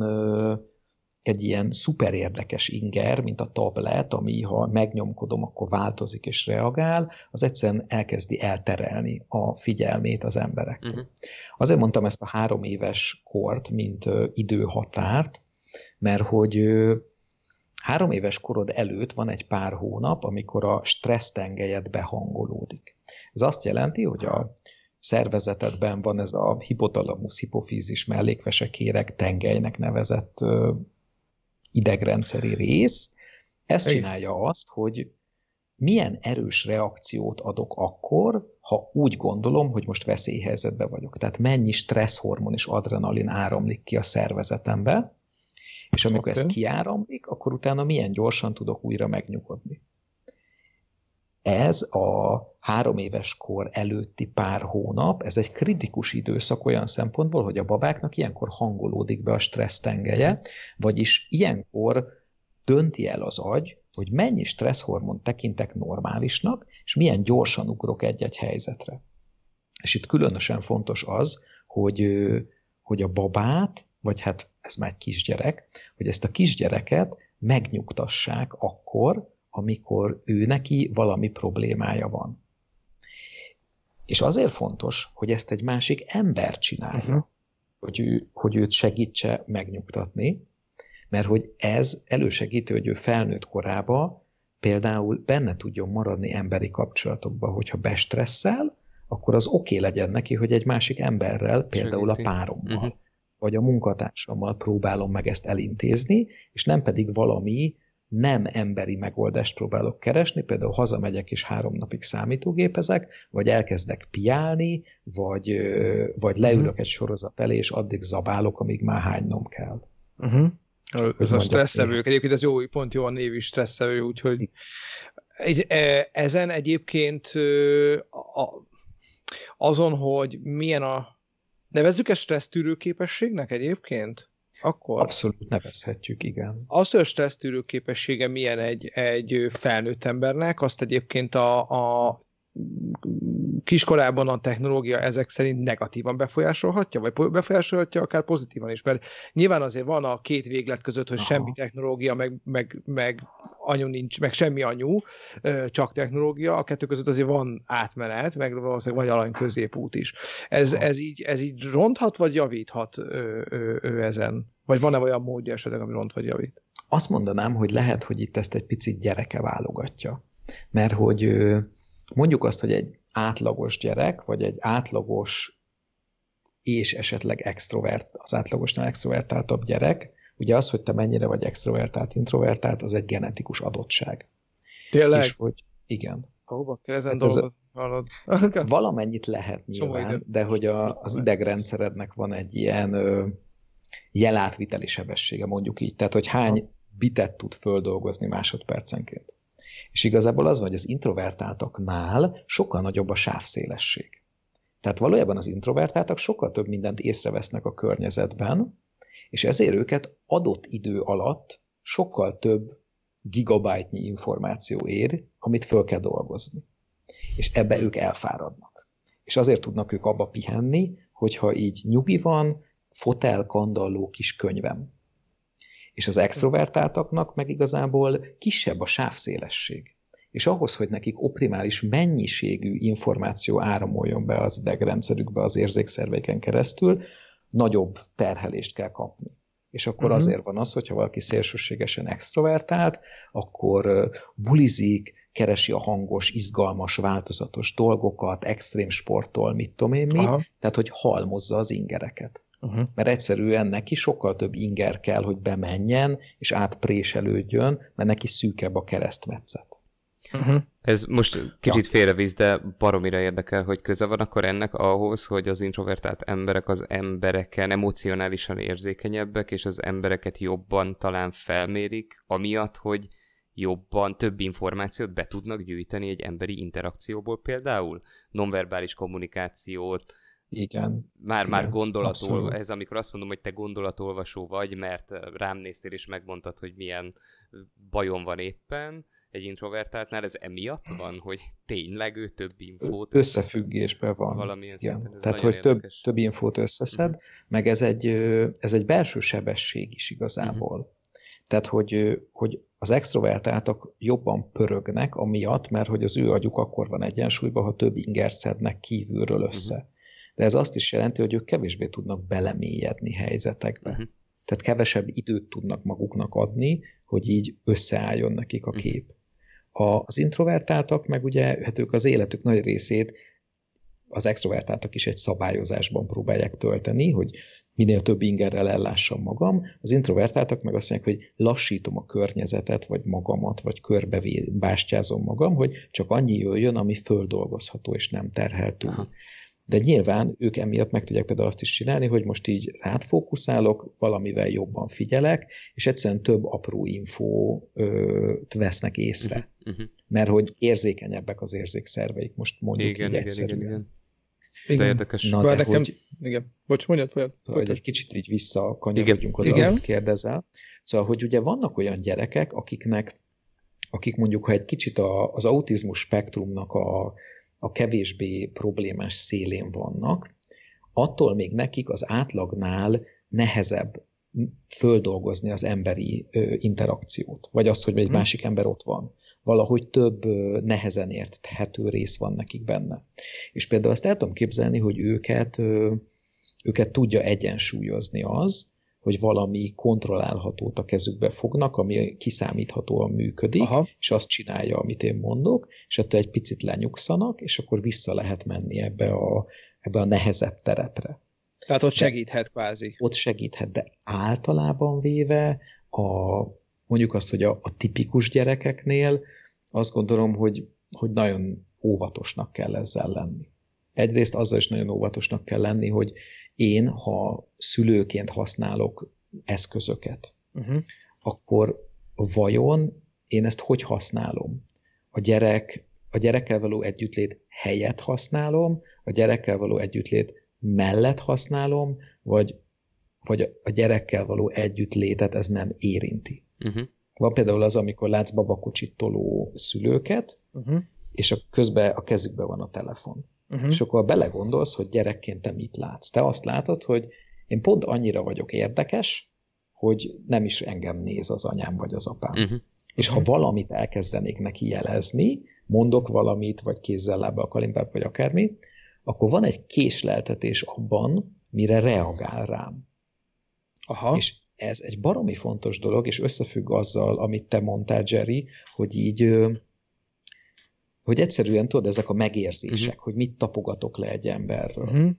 S3: ilyen szuper érdekes inger, mint a tablet, ami ha megnyomkodom, akkor változik és reagál, az egyszerűen elkezdi elterelni a figyelmét az emberektől. Azért mondtam ezt a 3 éves kort, mint időhatárt, mert hogy 3 éves korod előtt van egy pár hónap, amikor a stressztengelyed behangolódik. Ez azt jelenti, hogy a szervezetedben van ez a hipotalamus, hipofízis, mellékvesekéreg tengelynek nevezett idegrendszeri rész. Ez csinálja azt, hogy milyen erős reakciót adok akkor, ha úgy gondolom, hogy most veszélyhelyzetben vagyok. Tehát mennyi stresszhormon és adrenalin áramlik ki a szervezetembe, és amikor ez kiáramlik, akkor utána milyen gyorsan tudok újra megnyugodni. Ez a 3 éves kor előtti pár hónap, ez egy kritikus időszak olyan szempontból, hogy a babáknak ilyenkor hangolódik be a stressz tengelye, vagyis ilyenkor dönti el az agy, hogy mennyi stresszhormont tekintek normálisnak, és milyen gyorsan ugrok egy-egy helyzetre. És itt különösen fontos az, hogy a babát, vagy hát ez már egy kisgyerek, hogy ezt a kisgyereket megnyugtassák akkor, amikor ő neki valami problémája van. És azért fontos, hogy ezt egy másik ember csinálja, hogy őt segítse megnyugtatni, mert hogy ez elősegíti, hogy ő felnőtt korába például benne tudjon maradni emberi kapcsolatokba, hogyha bestresszel, akkor az oké legyen neki, hogy egy másik emberrel, például a párommal, vagy a munkatársammal próbálom meg ezt elintézni, és nem pedig valami nem emberi megoldást próbálok keresni, például hazamegyek és 3 napig számítógépezek, vagy elkezdek piálni, vagy leülök egy sorozat elé, és addig zabálok, amíg már hánynom kell.
S2: Ez a stresszevők. Egyébként ez pont jó a név is, stresszevő, úgyhogy ezen egyébként azon, hogy milyen nevezzük ezt stressztűrő képességnek egyébként? Akkor
S3: abszolút nevezhetjük, igen.
S2: Az, hogy a stressztűrő képessége milyen egy felnőtt embernek, azt egyébként a kiskorában a technológia ezek szerint negatívan befolyásolhatja, vagy befolyásolhatja akár pozitívan is, mert nyilván azért van a 2 véglet között, hogy semmi technológia, meg anyu nincs, meg semmi anyu, csak technológia, a 2 között azért van átmenet, meg valószínűleg vagy arany középút is. Ez így ronthat, vagy javíthat ő ezen? Vagy van-e olyan módja esetleg, ami ront vagy javít?
S3: Azt mondanám, hogy lehet, hogy itt ezt egy picit gyereke válogatja. Mert hogy mondjuk azt, hogy egy átlagos gyerek, vagy egy átlagos és esetleg az átlagosnál extrovertáltabb gyerek, ugye az, hogy te mennyire vagy extrovertált, introvertált, az egy genetikus adottság.
S2: Tényleg?
S3: És hogy igen.
S2: Hova kell ezen dolgozni?
S3: Valamennyit lehet nyilván, de hogy az idegrendszerednek van egy ilyen jelátviteli sebessége, mondjuk így. Tehát, hogy hány bitet tud földolgozni másodpercenként. És igazából az van, hogy az introvertáltaknál sokkal nagyobb a sávszélesség. Tehát valójában az introvertáltak sokkal több mindent észrevesznek a környezetben, és ezért őket adott idő alatt sokkal több gigabyte-nyi információ ér, amit föl kell dolgozni. És ebbe ők elfáradnak. És azért tudnak ők abba pihenni, hogyha így nyugi van, fotel, kandalló, kis könyvem. És az extrovertáltaknak meg igazából kisebb a sávszélesség. És ahhoz, hogy nekik optimális mennyiségű információ áramoljon be az idegrendszerükbe az érzékszerveiken keresztül, nagyobb terhelést kell kapni. És akkor azért van az, hogyha valaki szélsőségesen extrovertált, akkor bulizik, keresi a hangos, izgalmas, változatos dolgokat, extrém sporttól, mit tudom én mi, tehát hogy halmozza az ingereket. Mert egyszerűen neki sokkal több inger kell, hogy bemenjen, és átpréselődjön, mert neki szűkebb a keresztmetszet.
S1: Ez most kicsit félrevisz, de baromira érdekel, hogy köze van akkor ennek ahhoz, hogy az introvertált emberek az embereken emocionálisan érzékenyebbek, és az embereket jobban talán felmérik, amiatt, hogy jobban több információt be tudnak gyűjteni egy emberi interakcióból például? Nonverbális kommunikációt,
S3: igen.
S1: Már gondolatolvasó, ez amikor azt mondom, hogy te gondolatolvasó vagy, mert rám néztél és megmondtad, hogy milyen bajom van éppen, egy introvertáltnál, ez emiatt van, hogy tényleg ő több infót...
S3: Összefüggésben van.
S1: Valamilyen szinten.
S3: Tehát, hogy több infót összeszed, meg ez egy belső sebesség is igazából. Tehát, hogy az extrovertáltak jobban pörögnek amiatt, mert hogy az ő agyuk akkor van egyensúlyban, ha több ingert szednek kívülről össze. De ez azt is jelenti, hogy ők kevésbé tudnak belemélyedni helyzetekbe. Tehát kevesebb időt tudnak maguknak adni, hogy így összeálljon nekik a kép. Az introvertáltak meg ugye, hát ők az életük nagy részét, az extrovertáltak is egy szabályozásban próbálják tölteni, hogy minél több ingerrel ellássam magam. Az introvertáltak meg azt mondják, hogy lassítom a környezetet, vagy magamat, vagy körbe bástyázom magam, hogy csak annyi jöjjön, ami földolgozható, és nem terhel túl. De nyilván ők emiatt meg tudják például azt is csinálni, hogy most így rád fókuszálok, valamivel jobban figyelek, és egyszerűen több apró infót vesznek észre. Mert hogy érzékenyebbek az érzékszerveik, most mondjuk így egyszerűen.
S1: Igen. De érdekes.
S2: Na, de nekem... Igen. Bocs, mondjad.
S3: Hogy egy kicsit így visszakanyarodjunk oda, amit kérdezel. Szóval, hogy ugye vannak olyan gyerekek, akik mondjuk, ha egy kicsit az autizmus spektrumnak a kevésbé problémás szélén vannak, attól még nekik az átlagnál nehezebb földolgozni az emberi interakciót, vagy azt, hogy egy másik ember ott van. Valahogy több nehezen érthető rész van nekik benne. És például azt el tudom képzelni, hogy őket tudja egyensúlyozni az, hogy valami kontrollálhatót a kezükbe fognak, ami kiszámíthatóan működik, és azt csinálja, amit én mondok, és ettől egy picit lenyugszanak, és akkor vissza lehet menni ebbe a nehezebb terepre.
S2: Tehát ott segíthet kvázi.
S3: Ott segíthet, de általában véve mondjuk azt, hogy a tipikus gyerekeknél azt gondolom, hogy nagyon óvatosnak kell ezzel lenni. Egyrészt azzal is nagyon óvatosnak kell lenni, hogy én, ha szülőként használok eszközöket, akkor vajon én ezt hogy használom? A gyerekkel való együttlét helyett használom, a gyerekkel való együttlét mellett használom, vagy a gyerekkel való együttlétet ez nem érinti. Van például az, amikor látsz babakocsit toló szülőket, és közben a kezükben van a telefon. És akkor belegondolsz, hogy gyerekként te mit látsz. Te azt látod, hogy én pont annyira vagyok érdekes, hogy nem is engem néz az anyám vagy az apám. És ha valamit elkezdenék neki jelezni, mondok valamit, vagy kézzel, lábbal, kalimpával, vagy akármi, akkor van egy késleltetés abban, mire reagál rám. És ez egy baromi fontos dolog, és összefügg azzal, amit te mondtál, Jerry, hogy így, hogy egyszerűen tudod, ezek a megérzések, hogy mit tapogatok le egy emberről.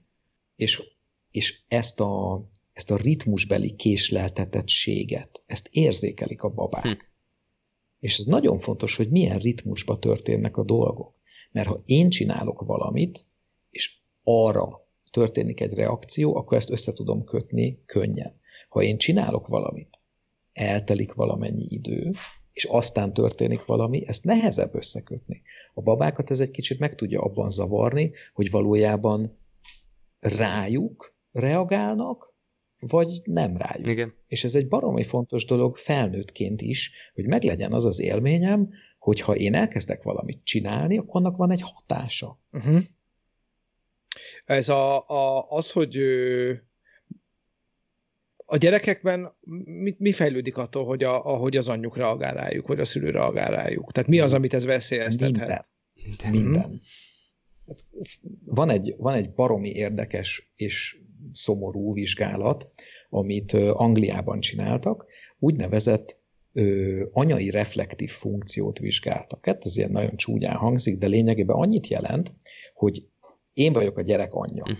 S3: És ezt a ritmusbeli késleltetettséget, ezt érzékelik a babák. És ez nagyon fontos, hogy milyen ritmusba történnek a dolgok. Mert ha én csinálok valamit, és arra történik egy reakció, akkor ezt össze tudom kötni könnyen. Ha én csinálok valamit, eltelik valamennyi idő, és aztán történik valami, ezt nehezebb összekötni. A babákat ez egy kicsit meg tudja abban zavarni, hogy valójában rájuk reagálnak, vagy nem rájuk.
S1: Igen.
S3: És ez egy baromi fontos dolog felnőttként is, hogy meglegyen az az élményem, hogyha én elkezdek valamit csinálni, akkor annak van egy hatása.
S2: Ez az, hogy a gyerekekben mi fejlődik attól, hogy az anyjuk reagál rájuk, vagy a szülő reagál rájuk? Tehát mi az, amit ez veszélyeztethet?
S3: Minden. Van egy baromi érdekes és szomorú vizsgálat, amit Angliában csináltak, úgynevezett anyai reflektív funkciót vizsgáltak. Ez ilyen nagyon csúnyán hangzik, de lényegében annyit jelent, hogy én vagyok a gyerek anyja.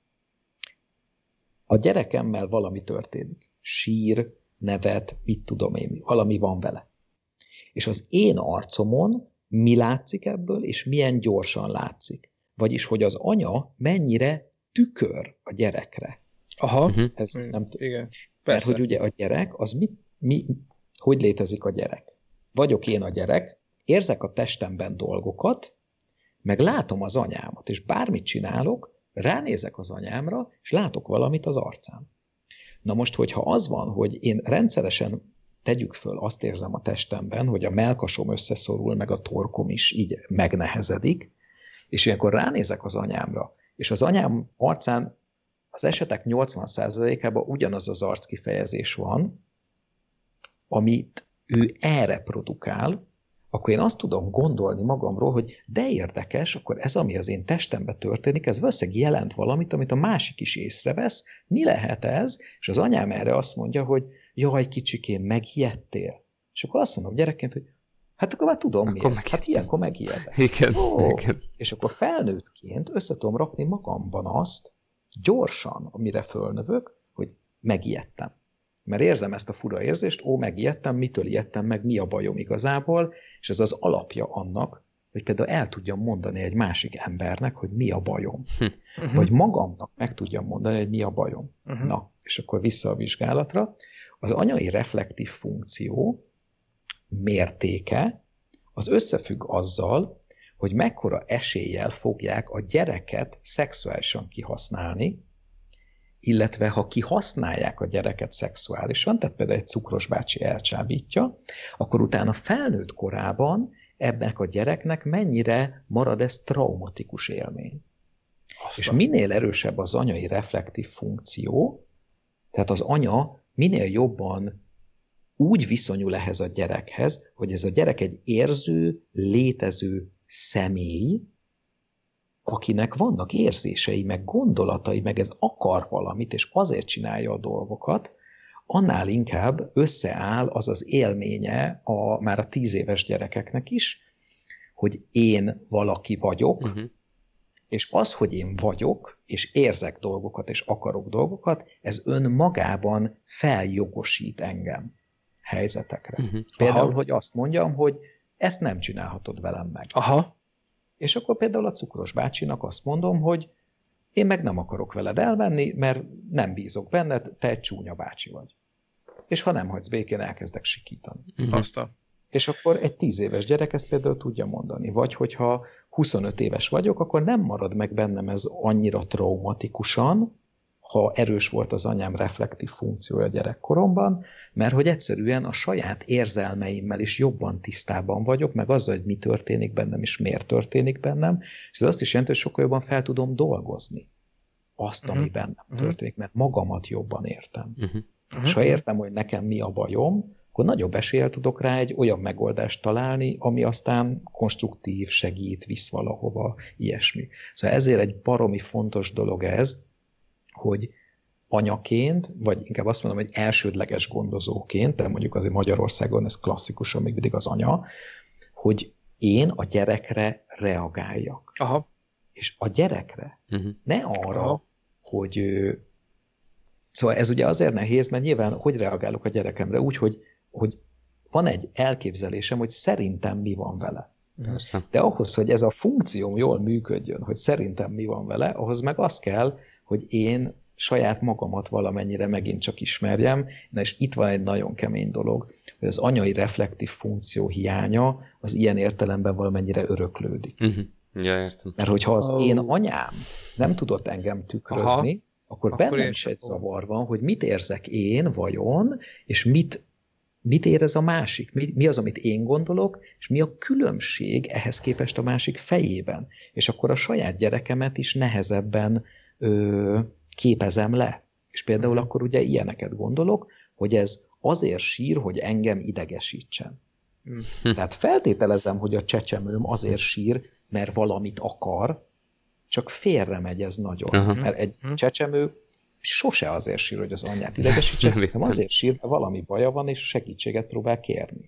S3: A gyerekemmel valami történik. Sír, nevet, mit tudom én, valami van vele. És az én arcomon mi látszik ebből, és milyen gyorsan látszik. Vagyis, hogy az anya mennyire tükör a gyerekre. Ez nem tudom.
S2: Igen.
S3: Mert hogy ugye a gyerek, az hogy létezik a gyerek? Vagyok én a gyerek, érzek a testemben dolgokat, meg látom az anyámat, és bármit csinálok, ránézek az anyámra, és látok valamit az arcán. Na most, hogyha az van, hogy én rendszeresen tegyük föl, azt érzem a testemben, hogy a mellkasom összeszorul, meg a torkom is így megnehezedik, és ilyenkor ránézek az anyámra, és az anyám arcán az esetek 80%-ában ugyanaz az arckifejezés van, amit ő erre produkál, akkor én azt tudom gondolni magamról, hogy de érdekes, akkor ez, ami az én testemben történik, ez valószínűleg jelent valamit, amit a másik is észrevesz. Mi lehet ez? És az anyám erre azt mondja, hogy jaj, kicsikém, megijedtél. És akkor azt mondom gyerekként, hogy hát akkor már tudom mi ez. Hát ilyenkor megijedek.
S1: Igen.
S3: És akkor felnőttként össze tudom rakni magamban azt, gyorsan, amire fölnövök, hogy megijedtem. Mert érzem ezt a fura érzést, megijedtem, mitől ijedtem meg, mi a bajom igazából, és ez az alapja annak, hogy például el tudjam mondani egy másik embernek, hogy mi a bajom. Vagy magamnak meg tudjam mondani, hogy mi a bajom. Na, és akkor vissza a vizsgálatra. Az anyai reflektív funkció mértéke az összefügg azzal, hogy mekkora eséllyel fogják a gyereket szexuálisan kihasználni, illetve ha kihasználják a gyereket szexuálisan, tehát például egy cukros bácsi elcsábítja, akkor utána felnőtt korában ennek a gyereknek mennyire marad ez traumatikus élmény. És minél erősebb az anyai reflektív funkció, tehát az anya minél jobban úgy viszonyul ehhez a gyerekhez, hogy ez a gyerek egy érző, létező személy, akinek vannak érzései, meg gondolatai, meg ez akar valamit, és azért csinálja a dolgokat, annál inkább összeáll az az élménye már a 10 éves gyerekeknek is, hogy én valaki vagyok, és az, hogy én vagyok, és érzek dolgokat, és akarok dolgokat, ez önmagában feljogosít engem helyzetekre. Például, hogy azt mondjam, hogy ezt nem csinálhatod velem meg. És akkor például a cukros bácsinak azt mondom, hogy én meg nem akarok veled elmenni, mert nem bízok benned, te egy csúnya bácsi vagy. És ha nem hagysz békén, elkezdek sikítani. És akkor egy 10 éves gyerek ezt például tudja mondani. Vagy hogyha 25 éves vagyok, akkor nem marad meg bennem ez annyira traumatikusan, ha erős volt az anyám reflektív funkciója gyerekkoromban, mert hogy egyszerűen a saját érzelmeimmel is jobban tisztában vagyok, meg azzal, hogy mi történik bennem, és miért történik bennem, és ez azt is jelenti, hogy sokkal jobban fel tudom dolgozni azt, ami bennem történik, mert magamat jobban értem. És ha értem, hogy nekem mi a bajom, akkor nagyobb eséllyel tudok rá egy olyan megoldást találni, ami aztán konstruktív, segít, visz valahova, ilyesmi. Szóval ezért egy baromi fontos dolog ez, hogy anyaként, vagy inkább azt mondom, hogy elsődleges gondozóként, de mondjuk azért Magyarországon ez klasszikusan még mindig az anya, hogy én a gyerekre reagáljak. És a gyerekre, ne arra, hogy... Szóval ez ugye azért nehéz, mert nyilván hogy reagálok a gyerekemre? Úgy, hogy van egy elképzelésem, hogy szerintem mi van vele.
S1: Persze.
S3: De ahhoz, hogy ez a funkcióm jól működjön, hogy szerintem mi van vele, ahhoz meg az kell, hogy én saját magamat valamennyire megint csak ismerjem, na és itt van egy nagyon kemény dolog, hogy az anyai reflektív funkció hiánya az ilyen értelemben valamennyire öröklődik.
S1: Ja, értem.
S3: Mert hogyha az én anyám nem tudott engem tükrözni, akkor bennem is egy zavar van, hogy mit érzek én vajon, és mit érez a másik, mi az, amit én gondolok, és mi a különbség ehhez képest a másik fejében. És akkor a saját gyerekemet is nehezebben képezem le. És például akkor ugye ilyeneket gondolok, hogy ez azért sír, hogy engem idegesítsen. Tehát feltételezem, hogy a csecsemőm azért sír, mert valamit akar, csak félre megy ez nagyon. Mert egy csecsemő sose azért sír, hogy az anyját idegesítse, hanem azért sír, mert valami baja van, és segítséget próbál kérni.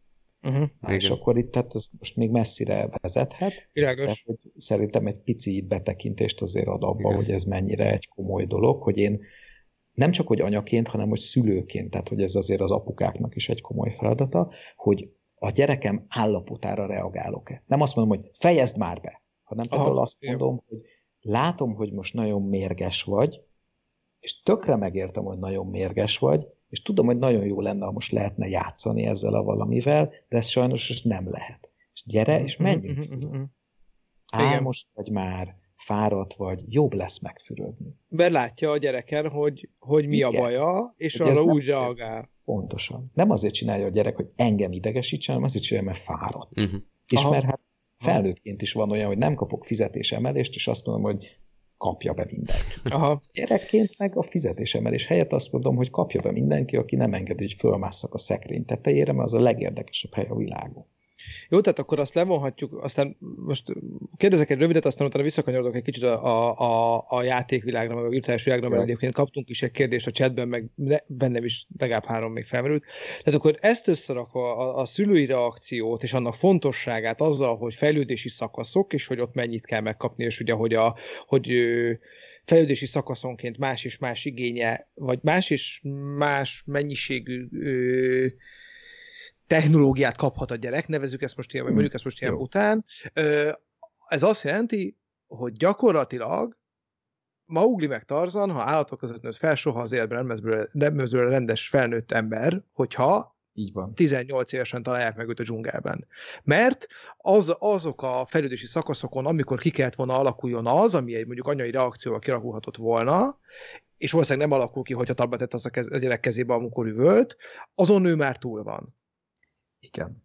S3: És akkor itt tehát ez most még messzire vezethet. Tehát, hogy szerintem egy pici betekintést azért ad abba, hogy ez mennyire egy komoly dolog, hogy én nem csak hogy anyaként, hanem hogy szülőként, tehát hogy ez azért az apukáknak is egy komoly feladata, hogy a gyerekem állapotára reagálok-e. Nem azt mondom, hogy fejezd már be, hanem például azt mondom, hogy látom, hogy most nagyon mérges vagy, és tökre megértem, hogy nagyon mérges vagy, és tudom, hogy nagyon jó lenne, ha most lehetne játszani ezzel a valamivel, de ez sajnos nem lehet. És gyere, és menjünk fürödni. Álmos vagy már, fáradt vagy, jobb lesz megfürödni.
S2: Mert látja a gyereken, hogy mi a baja, és hogy arra úgy reagál.
S3: Pontosan. Nem azért csinálja a gyerek, hogy engem idegesítsen, hanem azért csinálja, mert fáradt. És mert hát felnőttként is van olyan, hogy nem kapok fizetésemelést, és azt mondom, hogy kapja be mindenki. Gyerekként meg a fizetésemelés helyett azt mondom, hogy kapja be mindenki, aki nem engedi, hogy fölmásszak a szekrény tetejére, mert az a legérdekesebb hely a világon.
S2: Jó, tehát akkor azt levonhatjuk, aztán most kérdezek egy rövidet, aztán utána visszakanyarodok egy kicsit a játékvilágra, meg a virtuális világra, mert egyébként kaptunk is egy kérdést a chatben, meg bennem is legalább 3 még felmerült. Tehát akkor ezt összerakva a szülői reakciót és annak fontosságát azzal, hogy fejlődési szakaszok, és hogy ott mennyit kell megkapni, és ugye, hogy fejlődési szakaszonként más és más igénye, vagy más és más mennyiségű technológiát kaphat a gyerek, nevezzük ezt most ilyen, vagy mondjuk ezt most ilyen után. Ez azt jelenti, hogy Mowgli meg Tarzan, ha állatok között nőtt fel, soha az életben nem lesz rendes felnőtt ember, hogyha
S3: így van.
S2: 18 évesen találják meg őt a dzsungelben. Mert azok a fejlődési szakaszokon, amikor ki kellett volna alakuljon az, ami egy mondjuk anyai reakcióval kialakulhatott volna, és valószínűleg nem alakul ki, hogyha tabletet az a gyerek kezébe, amikor üvölt, azon ő már túl van.
S3: Igen.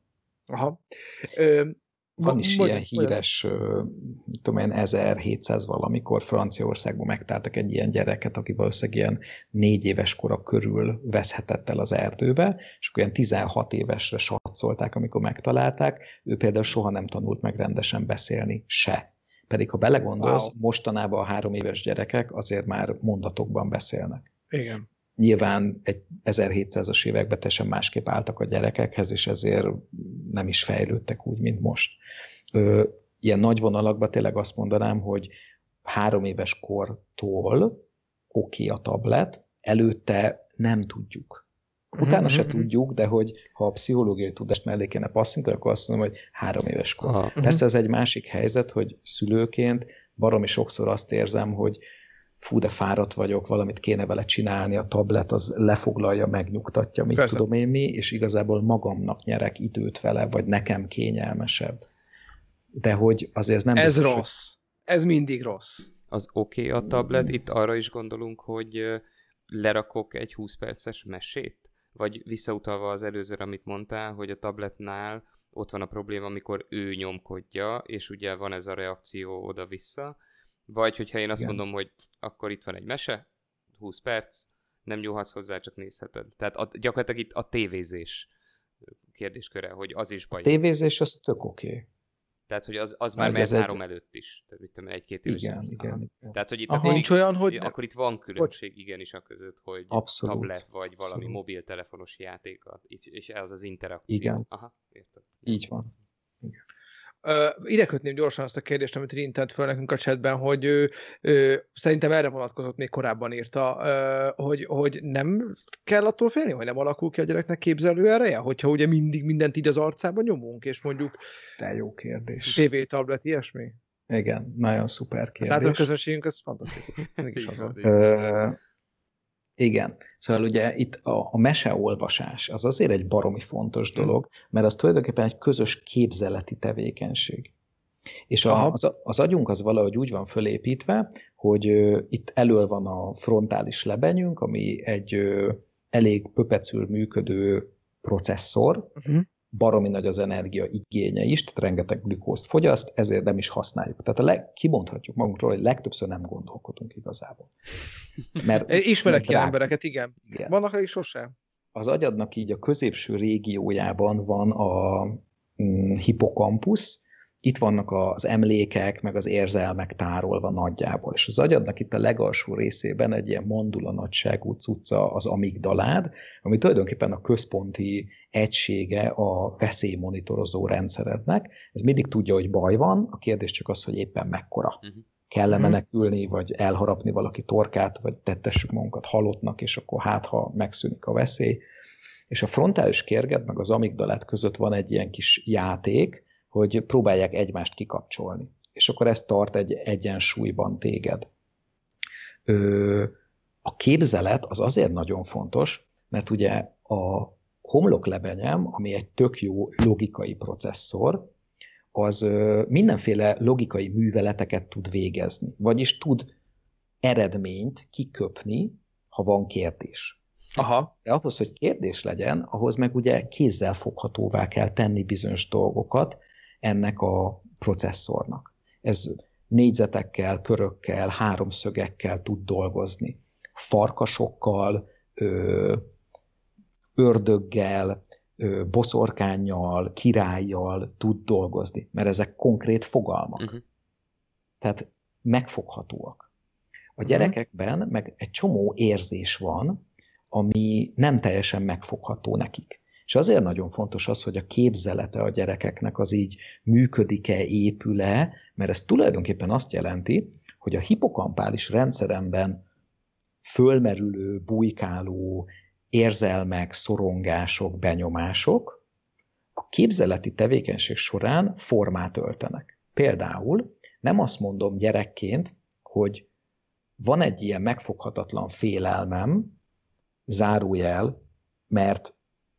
S2: Van
S3: is ilyen híres, tudom én, 1700 valamikor Franciaországban megtaláltak egy ilyen gyereket, aki valószínűleg ilyen 4 éves kora körül veszhetett el az erdőbe, és akkor ilyen 16 évesre satszolták, amikor megtalálták. Ő például soha nem tanult meg rendesen beszélni se. Pedig ha belegondolsz, mostanában a 3 éves gyerekek azért már mondatokban beszélnek.
S2: Igen.
S3: Nyilván egy 1700-as években teljesen másképp álltak a gyerekekhez, és ezért nem is fejlődtek úgy, mint most. Ilyen nagy vonalakban tényleg azt mondanám, hogy 3 éves kortól oké a tablet, előtte nem tudjuk. Utána se tudjuk, de hogy ha a pszichológiai tudást mellé kéne passzintani, akkor azt mondom, hogy 3 éves kor. Persze ez egy másik helyzet, hogy szülőként baromi sokszor azt érzem, hogy fú, de fáradt vagyok, valamit kéne vele csinálni, a tablet az lefoglalja, megnyugtatja, mit tudom én mi, és igazából magamnak nyerek időt vele, vagy nekem kényelmesebb. De hogy azért ez nem...
S2: Ez biztos, rossz. Ez mindig rossz.
S1: Az oké a tablet, itt arra is gondolunk, hogy lerakok egy 20 perces mesét? Vagy visszautalva az előzőre, amit mondtál, hogy a tabletnál ott van a probléma, amikor ő nyomkodja, és ugye van ez a reakció oda-vissza, vagy hogyha én azt mondom, hogy akkor itt van egy mese, 20 perc, nem nyúlhatsz hozzá, csak nézheted. Tehát gyakorlatilag itt a tévézés kérdésköre, hogy az is baj.
S3: A tévézés az tök oké.
S1: Tehát, hogy az már mehet 3 előtt is. Tehát mit tudom, 1-2 éves.
S3: Igen.
S1: Tehát, hogy itt akkor itt van különbség igenis a között, hogy
S3: abszolút,
S1: tablet vagy valami mobiltelefonos játék, és ez az interakció.
S3: Igen.
S1: Aha, értem.
S3: Így van.
S2: Igen. Ide kötném gyorsan azt a kérdést, amit Rin tett föl nekünk a chatben, hogy szerintem erre vonatkozott, még korábban írta, hogy nem kell attól félni, hogy nem alakul ki a gyereknek képzelő ereje, hogyha ugye mindig mindent így az arcában nyomunk, és mondjuk
S3: de jó kérdés.
S2: TV, tablet, ilyesmi?
S3: Igen, nagyon szuper kérdés.
S2: Tehát a közönségünk, ez fantasztikus. Mégis az van.
S3: Igen. Szóval ugye itt a meseolvasás az azért egy baromi fontos dolog, mert az tulajdonképpen egy közös képzeleti tevékenység. És az agyunk az valahogy úgy van fölépítve, hogy itt elől van a frontális lebenyünk, ami egy elég pöpecül működő processzor, baromi nagy az energia igénye is, tehát rengeteg glükózt fogyaszt, ezért nem is használjuk. Tehát kimondhatjuk magunkról, hogy legtöbbször nem gondolkodunk igazából.
S2: Ismerek ilyen embereket, igen. Vannak, akik sosem.
S3: Az agyadnak így a középső régiójában van a hippokampusz, itt vannak az emlékek, meg az érzelmek tárolva nagyjából, és az agyadnak itt a legalsó részében egy ilyen mandula nagyságú cucca az amigdalád, ami tulajdonképpen a központi egysége a veszélymonitorozó rendszerednek. Ez mindig tudja, hogy baj van, a kérdés csak az, hogy éppen mekkora. Kell-e menekülni, vagy elharapni valaki torkát, vagy tettessük magunkat halottnak, és akkor ha megszűnik a veszély. És a frontális kérget meg az amigdalát között van egy ilyen kis játék, hogy próbálják egymást kikapcsolni. És akkor ez tart egy egyensúlyban téged. A képzelet az azért nagyon fontos, mert ugye a homloklebenyem, ami egy tök jó logikai processzor, az mindenféle logikai műveleteket tud végezni, vagyis tud eredményt kiköpni, ha van kérdés.
S2: Aha.
S3: De ahhoz, hogy kérdés legyen, ahhoz meg ugye kézzel foghatóvá kell tenni bizonyos dolgokat ennek a processzornak. Ez négyzetekkel, körökkel, háromszögekkel tud dolgozni. Farkasokkal, ördöggel, boszorkánnyal, királlyal tud dolgozni, mert ezek konkrét fogalmak. Tehát megfoghatóak. A gyerekekben meg egy csomó érzés van, ami nem teljesen megfogható nekik. És azért nagyon fontos az, hogy a képzelete a gyerekeknek az így működik-e, épül-e, mert ez tulajdonképpen azt jelenti, hogy a hippokampális rendszeremben fölmerülő, bujkáló érzelmek, szorongások, benyomások a képzeleti tevékenység során formát öltenek. Például nem azt mondom gyerekként, hogy van egy ilyen megfoghatatlan félelmem, zárójel, mert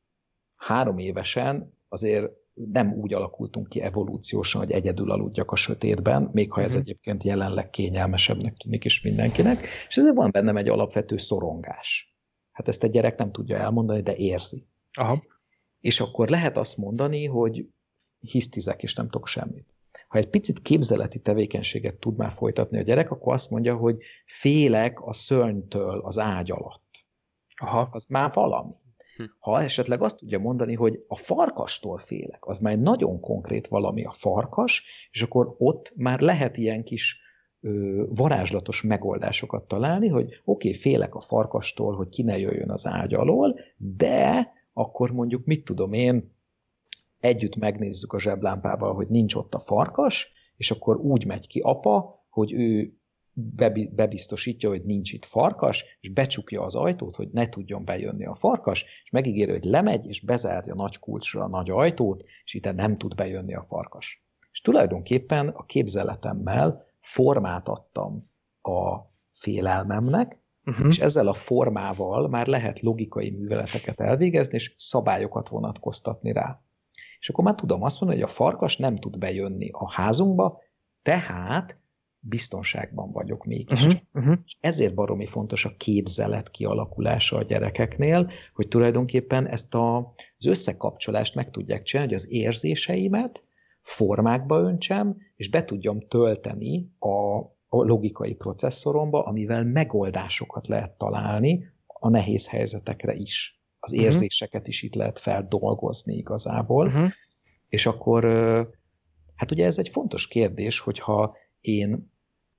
S3: 3 évesen azért nem úgy alakultunk ki evolúciósan, hogy egyedül aludjak a sötétben, még ha ez egyébként jelenleg kényelmesebbnek tűnik is mindenkinek, és ezért van bennem egy alapvető szorongás. Hát ezt egy gyerek nem tudja elmondani, de érzi.
S2: Aha.
S3: És akkor lehet azt mondani, hogy hisztizek, és nem tudok semmit. Ha egy picit képzeleti tevékenységet tud már folytatni a gyerek, akkor azt mondja, hogy félek a szörnytől az ágy alatt.
S2: Aha.
S3: Az már valami. Ha esetleg azt tudja mondani, hogy a farkastól félek, az már egy nagyon konkrét valami a farkas, és akkor ott már lehet ilyen kis varázslatos megoldásokat találni, hogy oké, félek a farkastól, hogy ki ne jöjjön az ágy alól, de akkor mondjuk, mit tudom én, együtt megnézzük a zseblámpával, hogy nincs ott a farkas, és akkor úgy megy ki apa, hogy ő bebiztosítja, hogy nincs itt farkas, és becsukja az ajtót, hogy ne tudjon bejönni a farkas, és megígéri, hogy lemegy, és bezárja nagy kulcsra a nagy ajtót, és ide nem tud bejönni a farkas. És tulajdonképpen a képzeletemmel formát adtam a félelmemnek, és ezzel a formával már lehet logikai műveleteket elvégezni, és szabályokat vonatkoztatni rá. És akkor már tudom azt mondani, hogy a farkas nem tud bejönni a házunkba, tehát biztonságban vagyok mégiscsak. És ezért baromi fontos a képzelet kialakulása a gyerekeknél, hogy tulajdonképpen ezt az összekapcsolást meg tudják csinálni, hogy az érzéseimet formákba öntsem, és be tudjam tölteni a logikai processzoromba, amivel megoldásokat lehet találni a nehéz helyzetekre is. Az érzéseket is itt lehet feldolgozni igazából. És akkor, hát ugye ez egy fontos kérdés, hogyha én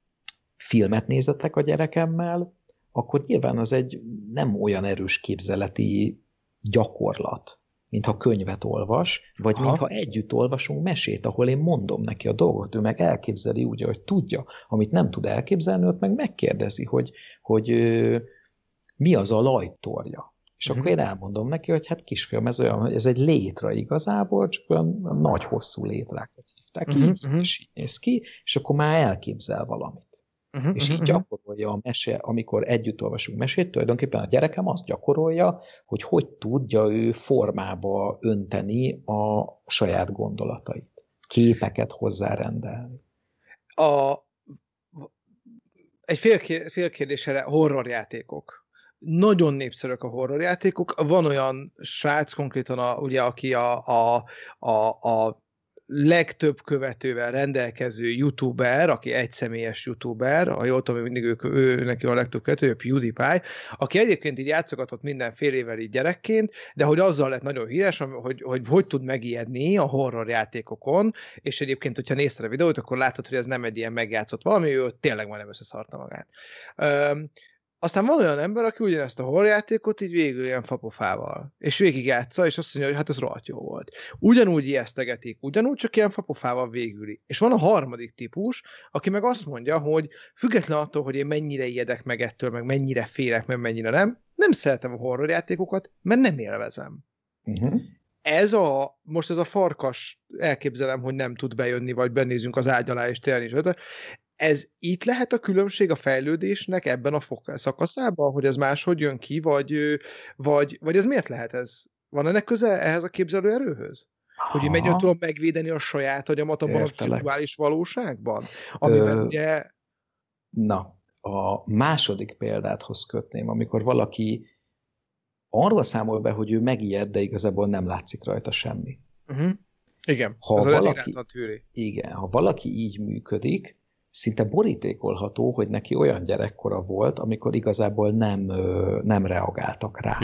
S3: filmet nézetek a gyerekemmel, akkor nyilván az egy nem olyan erős képzeleti gyakorlat, mintha könyvet olvas, vagy mintha együtt olvasunk mesét, ahol én mondom neki a dolgot, ő meg elképzeli úgy, hogy tudja. Amit nem tud elképzelni, ott meg megkérdezi, hogy mi az a lajtorja. És akkor én elmondom neki, hogy hát kisfiam, ez olyan, hogy ez egy létra igazából, csak olyan nagy, hosszú létrákat hívták. Így néz ki, és akkor már elképzel valamit. És így gyakorolja a mese, amikor együtt olvasunk mesét, tulajdonképpen a gyerekem azt gyakorolja, hogy tudja ő formába önteni a saját gondolatait. Képeket hozzárendelni.
S2: egy fél kérdésre, horrorjátékok. Nagyon népszerűek a horrorjátékok. Van olyan srác konkrétan, ugye, aki a legtöbb követővel rendelkező youtuber, aki egyszemélyes youtuber, ha jól tudom, mindig ő neki a legtöbb követő, PewDiePie, aki egyébként így játszogatott mindenfélével így gyerekként, de hogy azzal lett nagyon híres, hogy tud megijedni a horror játékokon, és egyébként, hogyha nézted a videót, akkor látod, hogy ez nem egy ilyen megjátszott valami, ő tényleg majdnem összeszarta magát. Aztán van olyan ember, aki ugyanezt a horrorjátékot így végül ilyen fapofával, és végigjátsza, és azt mondja, hogy hát ez rohadt jó volt. Ugyanúgy ijesztegetik, ugyanúgy csak ilyen fapofával végüli. És van a harmadik típus, aki meg azt mondja, hogy független attól, hogy én mennyire ijedek meg ettől, meg mennyire félek, meg mennyire nem szeretem a horrorjátékokat, mert nem élvezem.
S3: Uh-huh.
S2: Most ez a farkas, elképzelem, hogy nem tud bejönni, vagy benézünk az ágy alá, és tényleg is. Ez itt lehet a különbség a fejlődésnek ebben a szakaszában, hogy ez máshogy jön ki, vagy ez miért lehet ez? Van ennek köze ehhez a képzelőerőhöz? Hogy én mennyire tudom megvédeni a saját agyamat abban a virtuális valóságban? Amiben ugye...
S3: Na, a második példáthoz kötném, amikor valaki arról számol be, hogy ő megijed, de igazából nem látszik rajta semmi.
S2: Uh-huh. Igen,
S3: ha valaki így működik, szinte borítékolható, hogy neki olyan gyerekkora volt, amikor igazából nem reagáltak rá.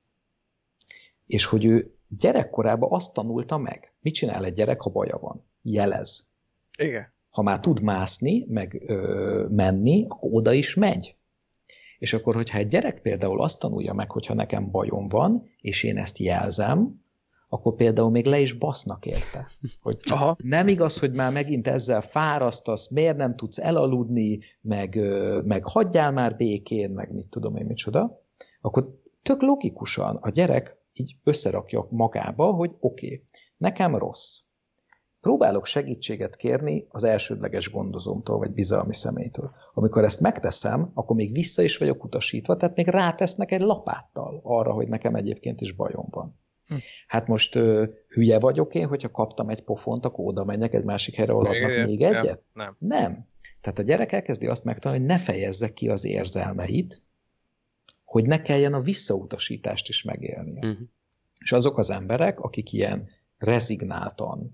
S3: És hogy ő gyerekkorában azt tanulta meg. Mit csinál egy gyerek, ha baja van? Jelez.
S2: Igen.
S3: Ha már tud mászni, meg menni, akkor oda is megy. És akkor, hogyha egy gyerek például azt tanulja meg, hogyha nekem bajom van, és én ezt jelzem, akkor például még le is basznak érte. Hogy nem igaz, hogy már megint ezzel fárasztasz, miért nem tudsz elaludni, meg hagyjál már békén, meg mit tudom én micsoda, akkor tök logikusan a gyerek így összerakja magába, hogy oké, nekem rossz. Próbálok segítséget kérni az elsődleges gondozómtól, vagy bizalmi személytől. Amikor ezt megteszem, akkor még vissza is vagyok utasítva, tehát még rátesznek egy lapáttal arra, hogy nekem egyébként is bajom van. Hát most hülye vagyok én, hogyha kaptam egy pofont, akkor oda menjek egy másik helyre, ahol adnak még egyet? Nem. Tehát a gyerek elkezdi azt megtanulni, hogy ne fejezze ki az érzelmeit, hogy ne kelljen a visszautasítást is megélnie. És azok az emberek, akik ilyen rezignáltan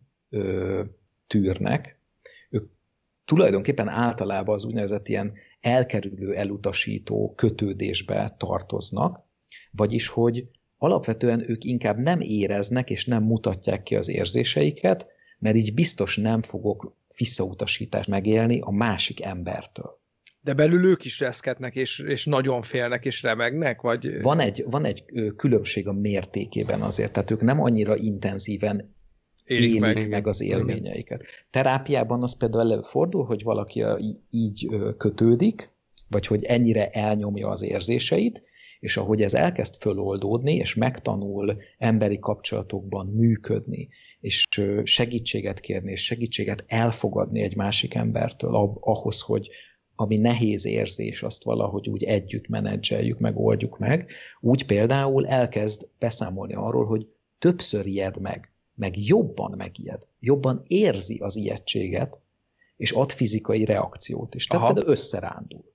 S3: tűrnek, ők tulajdonképpen általában az úgynevezett ilyen elkerülő, elutasító kötődésbe tartoznak, vagyis, hogy alapvetően ők inkább nem éreznek, és nem mutatják ki az érzéseiket, mert így biztos nem fogok visszautasítást megélni a másik embertől.
S2: De belül ők is reszketnek, és nagyon félnek, és remegnek? Vagy...
S3: Van egy különbség a mértékében azért, tehát ők nem annyira intenzíven élik meg az élményeiket. Terápiában az például előfordul, hogy valaki így kötődik, vagy hogy ennyire elnyomja az érzéseit, és ahogy ez elkezd föloldódni, és megtanul emberi kapcsolatokban működni, és segítséget kérni, és segítséget elfogadni egy másik embertől ahhoz, hogy ami nehéz érzés, azt valahogy úgy együtt menedzseljük, megoldjuk meg, úgy például elkezd beszámolni arról, hogy többször ijed meg jobban megijed, jobban érzi az ijegységet, és ad fizikai reakciót is. Tehát például összerándul.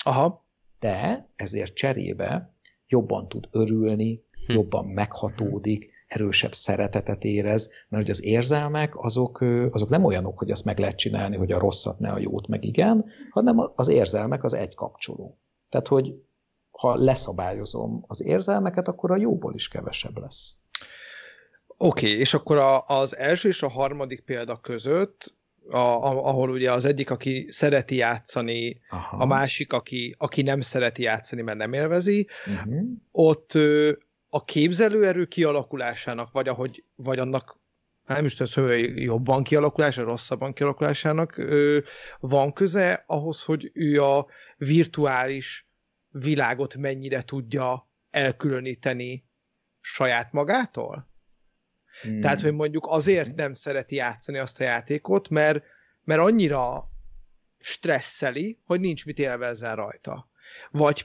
S3: De ezért cserébe jobban tud örülni, jobban meghatódik, erősebb szeretetet érez, mert hogy az érzelmek azok nem olyanok, hogy azt meg lehet csinálni, hogy a rosszat ne a jót meg igen, hanem az érzelmek az egy kapcsoló. Tehát, hogy ha leszabályozom az érzelmeket, akkor a jóból is kevesebb lesz.
S2: Oké, és akkor az első és a harmadik példa között, ahol ugye az egyik, aki szereti játszani, a másik, aki nem szereti játszani, mert nem élvezi, ott a képzelőerő kialakulásának, vagy annak, nem is tudom, hogy jobban kialakulásának, rosszabban kialakulásának van köze ahhoz, hogy ő a virtuális világot mennyire tudja elkülöníteni saját magától? Tehát, hogy mondjuk azért nem szereti játszani azt a játékot, mert annyira stresszeli, hogy nincs mit élvezzen rajta. Vagy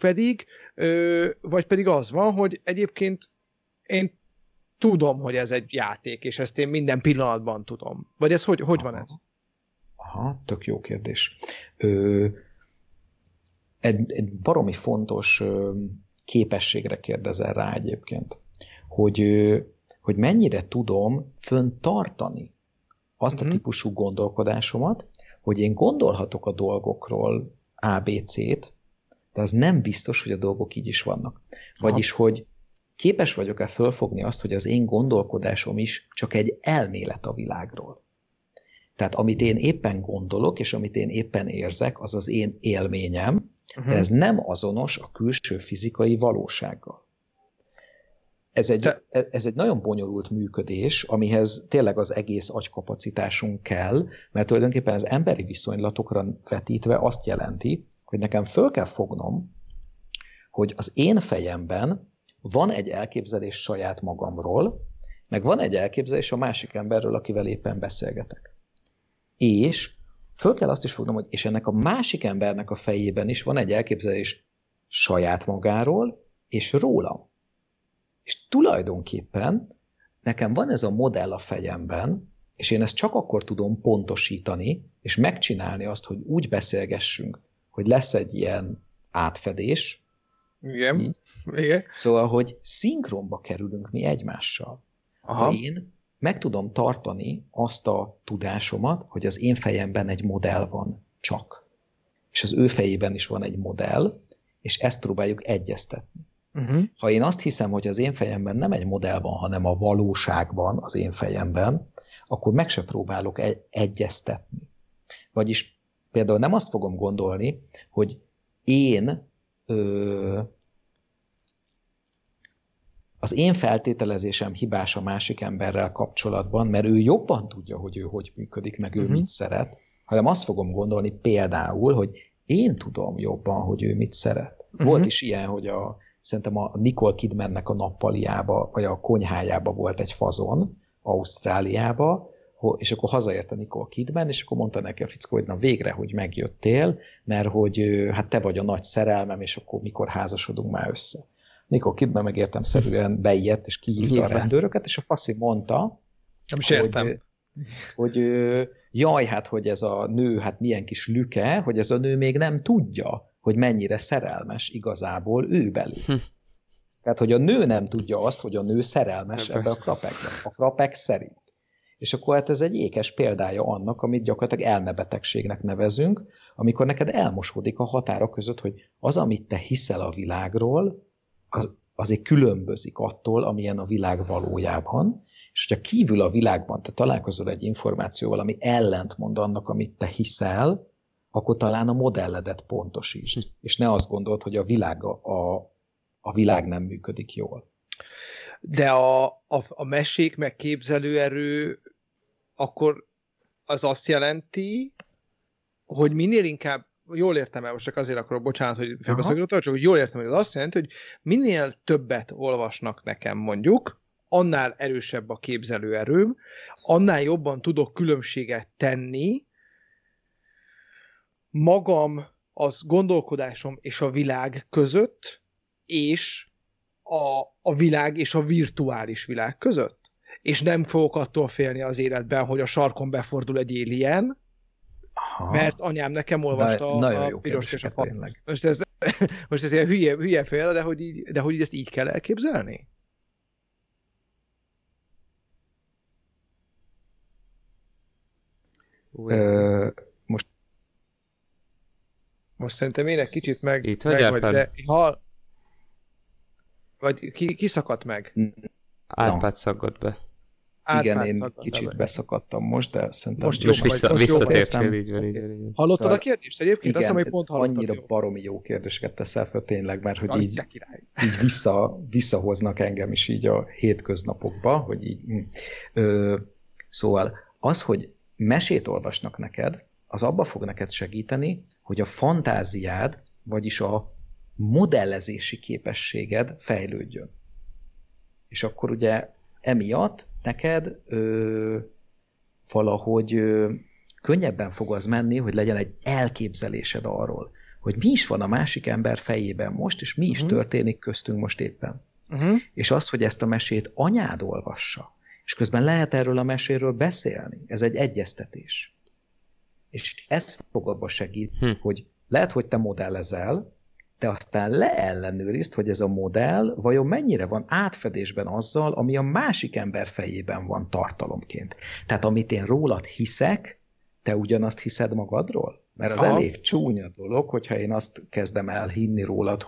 S2: pedig az van, hogy egyébként én tudom, hogy ez egy játék, és ezt én minden pillanatban tudom. Vagy ez hogy van ez?
S3: Tök jó kérdés. egy baromi fontos képességre kérdezel rá egyébként, hogy mennyire tudom föntartani azt a típusú gondolkodásomat, hogy én gondolhatok a dolgokról ABC-t, de az nem biztos, hogy a dolgok így is vannak. Vagyis, hogy képes vagyok-e fölfogni azt, hogy az én gondolkodásom is csak egy elmélet a világról. Tehát amit én éppen gondolok, és amit én éppen érzek, az az én élményem, de ez nem azonos a külső fizikai valósággal. Ez egy nagyon bonyolult működés, amihez tényleg az egész agykapacitásunk kell, mert tulajdonképpen az emberi viszonylatokra vetítve azt jelenti, hogy nekem föl kell fognom, hogy az én fejemben van egy elképzelés saját magamról, meg van egy elképzelés a másik emberről, akivel éppen beszélgetek. És föl kell azt is fognom, hogy és ennek a másik embernek a fejében is van egy elképzelés saját magáról és rólam. És tulajdonképpen nekem van ez a modell a fejemben, és én ezt csak akkor tudom pontosítani, és megcsinálni azt, hogy úgy beszélgessünk, hogy lesz egy ilyen átfedés.
S2: Igen. Igen.
S3: Szóval, hogy szinkronba kerülünk mi egymással. Ha én meg tudom tartani azt a tudásomat, hogy az én fejemben egy modell van csak. És az ő fejében is van egy modell, és ezt próbáljuk egyeztetni. Ha én azt hiszem, hogy az én fejemben nem egy modell van, hanem a valóságban az én fejemben, akkor meg se próbálok egyeztetni. Vagyis például nem azt fogom gondolni, hogy én az én feltételezésem hibás a másik emberrel kapcsolatban, mert ő jobban tudja, hogy ő hogy működik, meg ő mit szeret, hanem azt fogom gondolni például, hogy én tudom jobban, hogy ő mit szeret. Volt is ilyen, hogy szerintem a Nicole Kidmannek a nappaliába, vagy a konyhájába volt egy fazon, Ausztráliába, és akkor hazaért a Nicole Kidman, és akkor mondta neki a fickó, hogy na végre, hogy megjöttél, mert hogy hát te vagy a nagy szerelmem, és akkor mikor házasodunk már össze. Nicole Kidman meg értelemszerűen beijedt, és kihívta a rendőröket, és a faszi mondta, hogy jaj, hát hogy ez a nő, hát milyen kis lüke, hogy ez a nő még nem tudja, hogy mennyire szerelmes igazából ő belül. Tehát, hogy a nő nem tudja azt, hogy a nő szerelmes ebbe a krapekben. A krapek szerint. És akkor hát ez egy ékes példája annak, amit gyakorlatilag elmebetegségnek nevezünk, amikor neked elmosódik a határok között, hogy az, amit te hiszel a világról, azért különbözik attól, amilyen a világ valójában, és hogyha kívül a világban te találkozol egy információval, ami ellentmond annak, amit te hiszel, akkor talán a modelledet pontosítsd, és ne azt gondold, hogy a világ nem működik jól.
S2: De a mesék meg képzelőerő akkor az azt jelenti, hogy minél inkább, jól értem el, most csak azért akarok, bocsánat, hogy felbeszakítottam, csak hogy jól értem, hogy az azt jelenti, hogy minél többet olvasnak nekem mondjuk, annál erősebb a képzelőerőm, annál jobban tudok különbséget tenni magam, az gondolkodásom és a világ között, és a világ és a virtuális világ között. És nem fogok attól félni az életben, hogy a sarkon befordul egy alien, mert anyám nekem olvasta a piros és a fa. Most ez ilyen hülye fél, de hogy így ezt így kell elképzelni? Most szerintem én egy kicsit meg vagy, de vagy kiszakadt meg?
S1: Árpád szakadt be.
S3: Igen, én kicsit beszakadtam most, de szerintem...
S1: Most visszatértél, így van.
S2: Hallottad a kérdést egyébként?
S3: Igen,
S2: azt pont
S3: annyira baromi jó kérdéseket teszel fel tényleg, mert hogy így visszahoznak engem is így a hétköznapokba, hogy így... Szóval az, hogy mesét olvasnak neked, az abba fog neked segíteni, hogy a fantáziád, vagyis a modellezési képességed fejlődjön. És akkor ugye emiatt neked valahogy könnyebben fog az menni, hogy legyen egy elképzelésed arról, hogy mi is van a másik ember fejében most, és mi is történik köztünk most éppen. És az, hogy ezt a mesét anyád olvassa, és közben lehet erről a meséről beszélni, ez egy egyeztetés. És ez fog abba segít, hogy Lehet, hogy te modellezel, de aztán leellenőrizd, hogy ez a modell vajon mennyire van átfedésben azzal, ami a másik ember fejében van tartalomként. Tehát amit én rólad hiszek, te ugyanazt hiszed magadról? Mert az elég csúnya dolog, hogyha én azt kezdem el hinni rólad,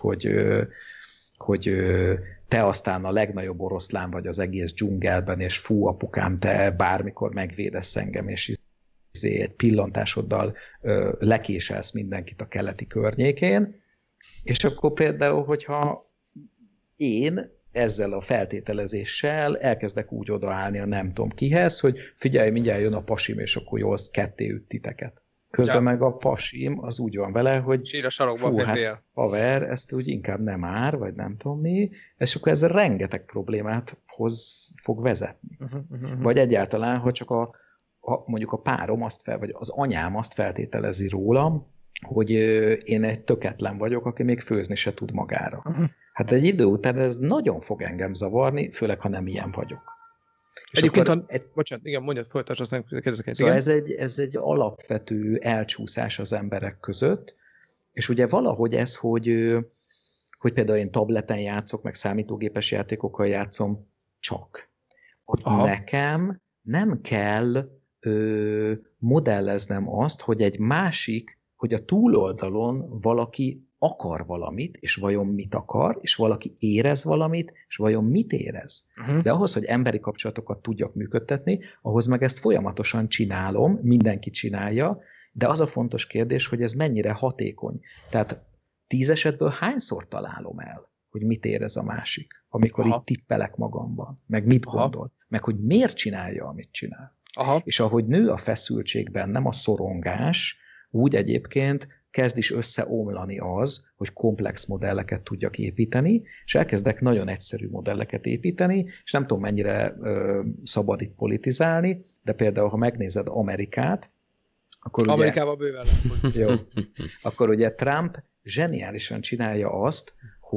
S3: hogy te aztán a legnagyobb oroszlán vagy az egész dzsungelben, és fú, apukám, te bármikor megvédesz engem, és egy pillantásoddal lekéselsz mindenkit a keleti környékén, és akkor például, hogyha én ezzel a feltételezéssel elkezdek úgy odaállni a nem tudom kihez, hogy figyelj, mindjárt jön a pasim, és akkor jó, az ketté üt titeket. Közben meg a pasim az úgy van vele, hogy
S2: sír a sarokba,
S3: hát haver, ezt úgy inkább nem ár, vagy nem tudom mi, és akkor ez rengeteg problémát fog vezetni. Vagy egyáltalán, hogy csak mondjuk a párom vagy az anyám azt feltételezi rólam, hogy én egy töketlen vagyok, aki még főzni se tud magára. Hát egy idő után ez nagyon fog engem zavarni, főleg, ha nem ilyen vagyok.
S2: És egyébként, bocsánat, igen, mondjad, folytasd, aztán kérdezek egy.
S3: Szóval ez egy alapvető elcsúszás az emberek között, és ugye valahogy ez, hogy például én tableten játszok, meg számítógépes játékokkal játszom, csak. Hogy nekem nem kell modelleznem azt, hogy a túloldalon valaki akar valamit, és vajon mit akar, és valaki érez valamit, és vajon mit érez. De ahhoz, hogy emberi kapcsolatokat tudjak működtetni, ahhoz meg ezt folyamatosan csinálom, mindenki csinálja, de az a fontos kérdés, hogy ez mennyire hatékony. Tehát 10 esetből hányszor találom el, hogy mit érez a másik, amikor így tippelek magamban, meg mit gondol, meg hogy miért csinálja, amit csinál. És ahogy nő a feszültség bennem, a szorongás, úgy egyébként kezd is összeomlani az, hogy komplex modelleket tudjak építeni, és elkezdek nagyon egyszerű modelleket építeni, és nem tudom, mennyire szabad itt politizálni, de például, ha megnézed Amerikát, akkor
S2: Amerikában bőven lesz.
S3: Jó. Akkor ugye Trump zseniálisan csinálja azt,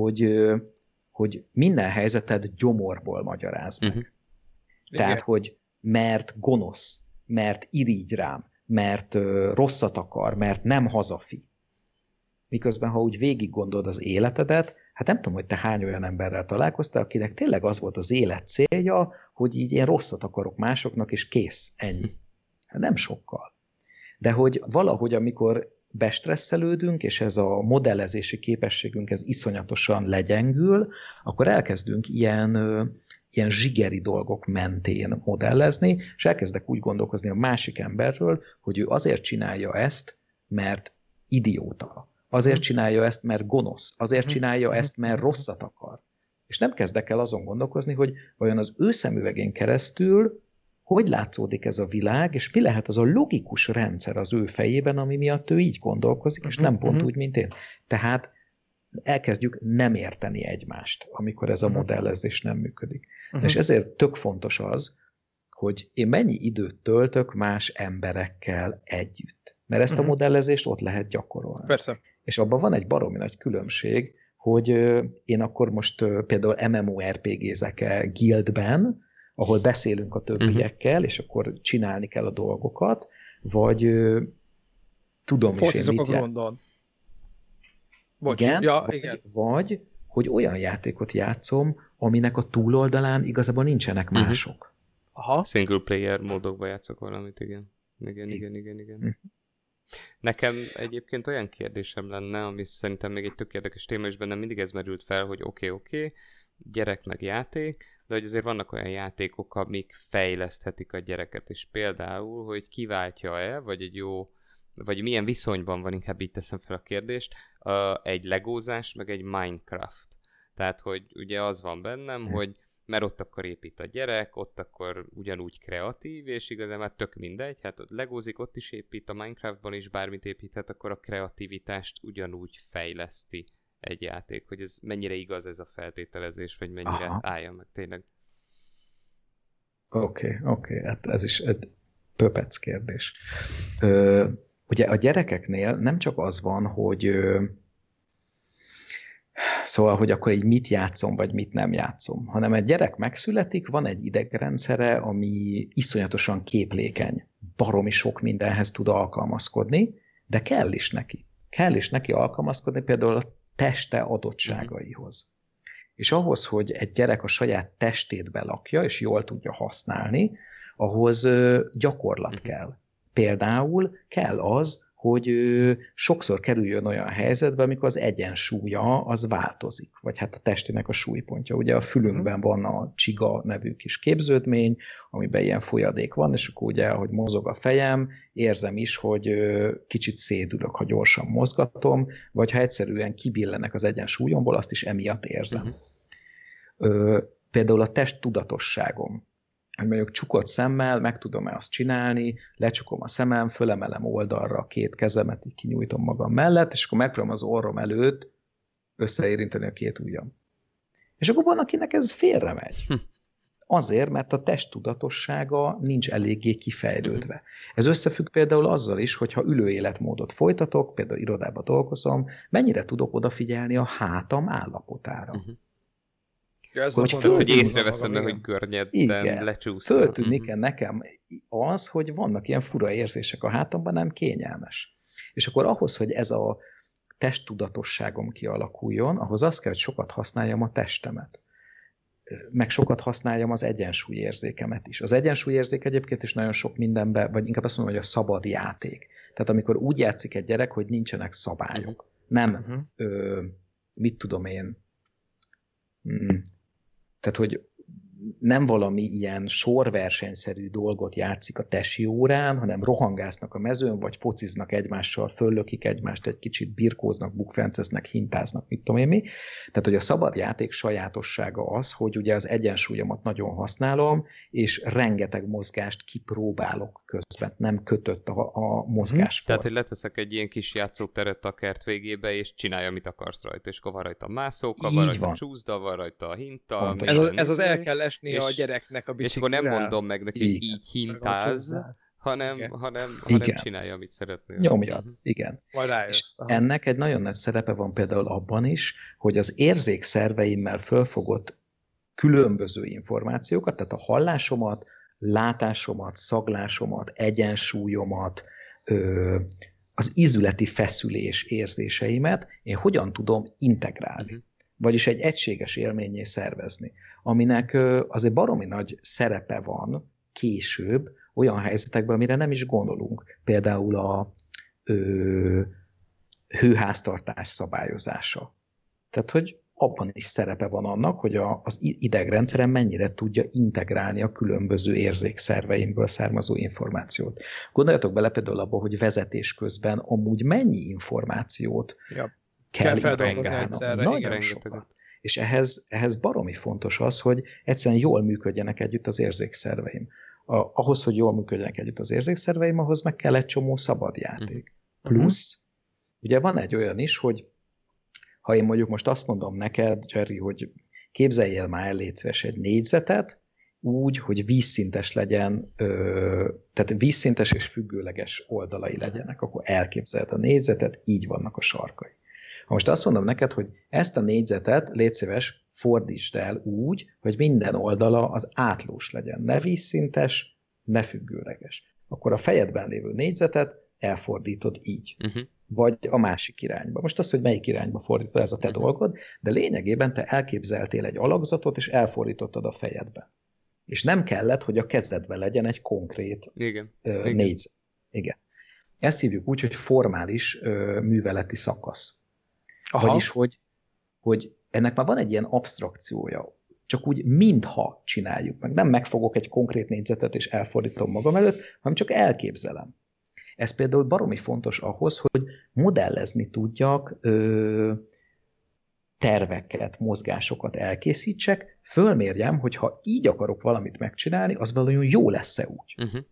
S3: hogy minden helyzetet gyomorból magyaráz meg. Tehát, hogy mert gonosz, mert irigy rám, mert rosszat akar, mert nem hazafi. Miközben, ha úgy végig gondolod az életedet, hát nem tudom, hogy te hány olyan emberrel találkoztál, akinek tényleg az volt az élet célja, hogy így én rosszat akarok másoknak, és kész, ennyi. Hát nem sokkal. De hogy valahogy, amikor bestresszelődünk, és ez a modellezési képességünk ez iszonyatosan legyengül, akkor elkezdünk ilyen zsigeri dolgok mentén modellezni, és elkezdek úgy gondolkozni a másik emberről, hogy ő azért csinálja ezt, mert idióta. Azért csinálja ezt, mert gonosz. Azért csinálja ezt, mert rosszat akar. És nem kezdek el azon gondolkozni, hogy vajon az ő szemüvegén keresztül hogy látszódik ez a világ, és mi lehet az a logikus rendszer az ő fejében, ami miatt ő így gondolkozik, és nem pont úgy, mint én. Tehát elkezdjük nem érteni egymást, amikor ez a modellezés nem működik. És ezért tök fontos az, hogy én mennyi időt töltök más emberekkel együtt. Mert ezt a modellezést ott lehet gyakorolni.
S2: Persze.
S3: És abban van egy baromi nagy különbség, hogy én akkor most például MMORPG-zek guildben, ahol beszélünk a többiekkel, és akkor csinálni kell a dolgokat, vagy tudom is én mit
S2: játszom.
S3: Igen,
S2: igen.
S3: Vagy, hogy olyan játékot játszom, aminek a túloldalán igazából nincsenek mások.
S1: Single player módokban játszok valamit, igen. Igen. Nekem egyébként olyan kérdésem lenne, ami szerintem még egy tök érdekes téma, és bennem mindig ez merült fel, hogy oké, gyerek meg játék, de hogy azért vannak olyan játékok, amik fejleszthetik a gyereket, és például, hogy kiváltja-e, vagy milyen viszonyban van, inkább így teszem fel a kérdést, egy legózás, meg egy Minecraft. Tehát, hogy ugye az van bennem, hogy mert ott akkor épít a gyerek, ott akkor ugyanúgy kreatív, és igazán már tök mindegy, hát ott legózik, ott is épít, a Minecraftban is bármit építhet, akkor a kreativitást ugyanúgy fejleszti egy játék, hogy ez mennyire igaz ez a feltételezés, vagy mennyire állja meg tényleg.
S3: Oké, hát ez is egy pöpec kérdés. Ugye a gyerekeknél nem csak az van, hogy szóval, hogy akkor így mit játszom, vagy mit nem játszom, hanem egy gyerek megszületik, van egy idegrendszere, ami iszonyatosan képlékeny, baromi sok mindenhez tud alkalmazkodni, de kell is neki. kell is neki alkalmazkodni például a teste adottságaihoz. És ahhoz, hogy egy gyerek a saját testét belakja, és jól tudja használni, ahhoz gyakorlat kell. Például kell az, hogy sokszor kerüljön olyan helyzetbe, amikor az egyensúlya az változik, vagy hát a testének a súlypontja. Ugye a fülünkben van a csiga nevű kis képződmény, amiben ilyen folyadék van, és akkor ugye, ahogy mozog a fejem, érzem is, hogy kicsit szédülök, ha gyorsan mozgatom, vagy ha egyszerűen kibillenek az egyensúlyomból, azt is emiatt érzem. Például a test tudatosságom, hogy mondjuk csukott szemmel meg tudom-e azt csinálni, lecsukom a szemem, fölemelem oldalra a két kezemet, így kinyújtom magam mellett, és akkor megpróbálom az orrom előtt összeérinteni a két ujjam. És akkor van, akinek ez félre megy. Azért, mert a test tudatossága nincs eléggé kifejlődve. Ez összefügg például azzal is, hogyha ülő életmódot folytatok, például irodában dolgozom, mennyire tudok odafigyelni a hátam állapotára.
S1: Hogy észreveszem meg, hogy környetten lecsúszom.
S3: Föltűnik nekem az, hogy vannak ilyen fura érzések a hátamban, nem kényelmes. És akkor ahhoz, hogy ez a testtudatosságom kialakuljon, ahhoz azt kell, hogy sokat használjam a testemet. Meg sokat használjam az egyensúlyérzékemet is. Az egyensúlyérzék egyébként is nagyon sok mindenben, vagy inkább azt mondom, hogy a szabad játék. Tehát amikor úgy játszik egy gyerek, hogy nincsenek szabályok. Nem, mit tudom én, tehát, hogy nem valami ilyen sorversenyszerű dolgot játszik a tesi órán, hanem rohangásznak a mezőn, vagy fociznak egymással, föllökik egymást, egy kicsit birkóznak, bukfenceznek, hintáznak, mit tudom én mi. Tehát, hogy a szabad játék sajátossága az, hogy ugye az egyensúlyomat nagyon használom, és rengeteg mozgást kipróbálok közben, nem kötött a mozgás.
S1: Tehát, hogy leteszek egy ilyen kis játszóteret a kert végébe, és csinálj, amit akarsz rajta, és akkor van rajta mászóka, van rajta csúszda, van rajta hinta.
S2: Ez az el kell esni a gyereknek a biciklire.
S1: És akkor nem mondom meg neki, hogy így hintáz, hanem csinálja, amit szeretnél.
S3: Nyomjad, igen.
S2: Majd rájössz.
S3: És ennek egy nagyon nagy szerepe van például abban is, hogy az érzékszerveimmel fölfogott különböző információkat, tehát a hallásomat, látásomat, szaglásomat, egyensúlyomat, az ízületi feszülés érzéseimet én hogyan tudom integrálni. Vagyis egy egységes élménnyé szervezni, aminek azért baromi nagy szerepe van később olyan helyzetekben, amire nem is gondolunk. Például a hőháztartás szabályozása. Tehát, hogy abban is szerepe van annak, hogy az idegrendszerem mennyire tudja integrálni a különböző érzékszerveimből származó információt. Gondoljatok bele például abba, hogy vezetés közben amúgy mennyi információt kell integrálnom. Nagyon sokat. És ehhez baromi fontos az, hogy egyszerűen jól működjenek együtt az érzékszerveim. Ahhoz, hogy jól működjenek együtt az érzékszerveim, ahhoz meg kell egy csomó szabad játék. Plusz, ugye van egy olyan is, hogy ha én mondjuk most azt mondom neked, Jerry, hogy képzeljél már el, légy szíves, egy négyzetet, úgy, hogy vízszintes legyen, tehát vízszintes és függőleges oldalai legyenek, akkor elképzeled a négyzetet, így vannak a sarkai. Ha most azt mondom neked, hogy ezt a négyzetet, légy szíves, fordítsd el úgy, hogy minden oldala az átlós legyen, ne vízszintes, ne függőleges. Akkor a fejedben lévő négyzetet elfordítod így. Vagy a másik irányba. Most az, hogy melyik irányba fordítod, ez a te dolgod, de lényegében te elképzeltél egy alakzatot, és elfordítottad a fejedben. És nem kellett, hogy a kezedben legyen egy konkrét négyzet. Igen. Ezt hívjuk úgy, hogy formális műveleti szakasz. Aha. Vagyis, hogy ennek már van egy ilyen absztrakciója, csak úgy mintha csináljuk meg. Nem megfogok egy konkrét négyzetet, és elfordítom magam előtt, hanem csak elképzelem. Ez például baromi fontos ahhoz, hogy modellezni tudjak, terveket, mozgásokat elkészítsek, fölmérjem, hogy ha így akarok valamit megcsinálni, az valójában jó lesz-e úgy.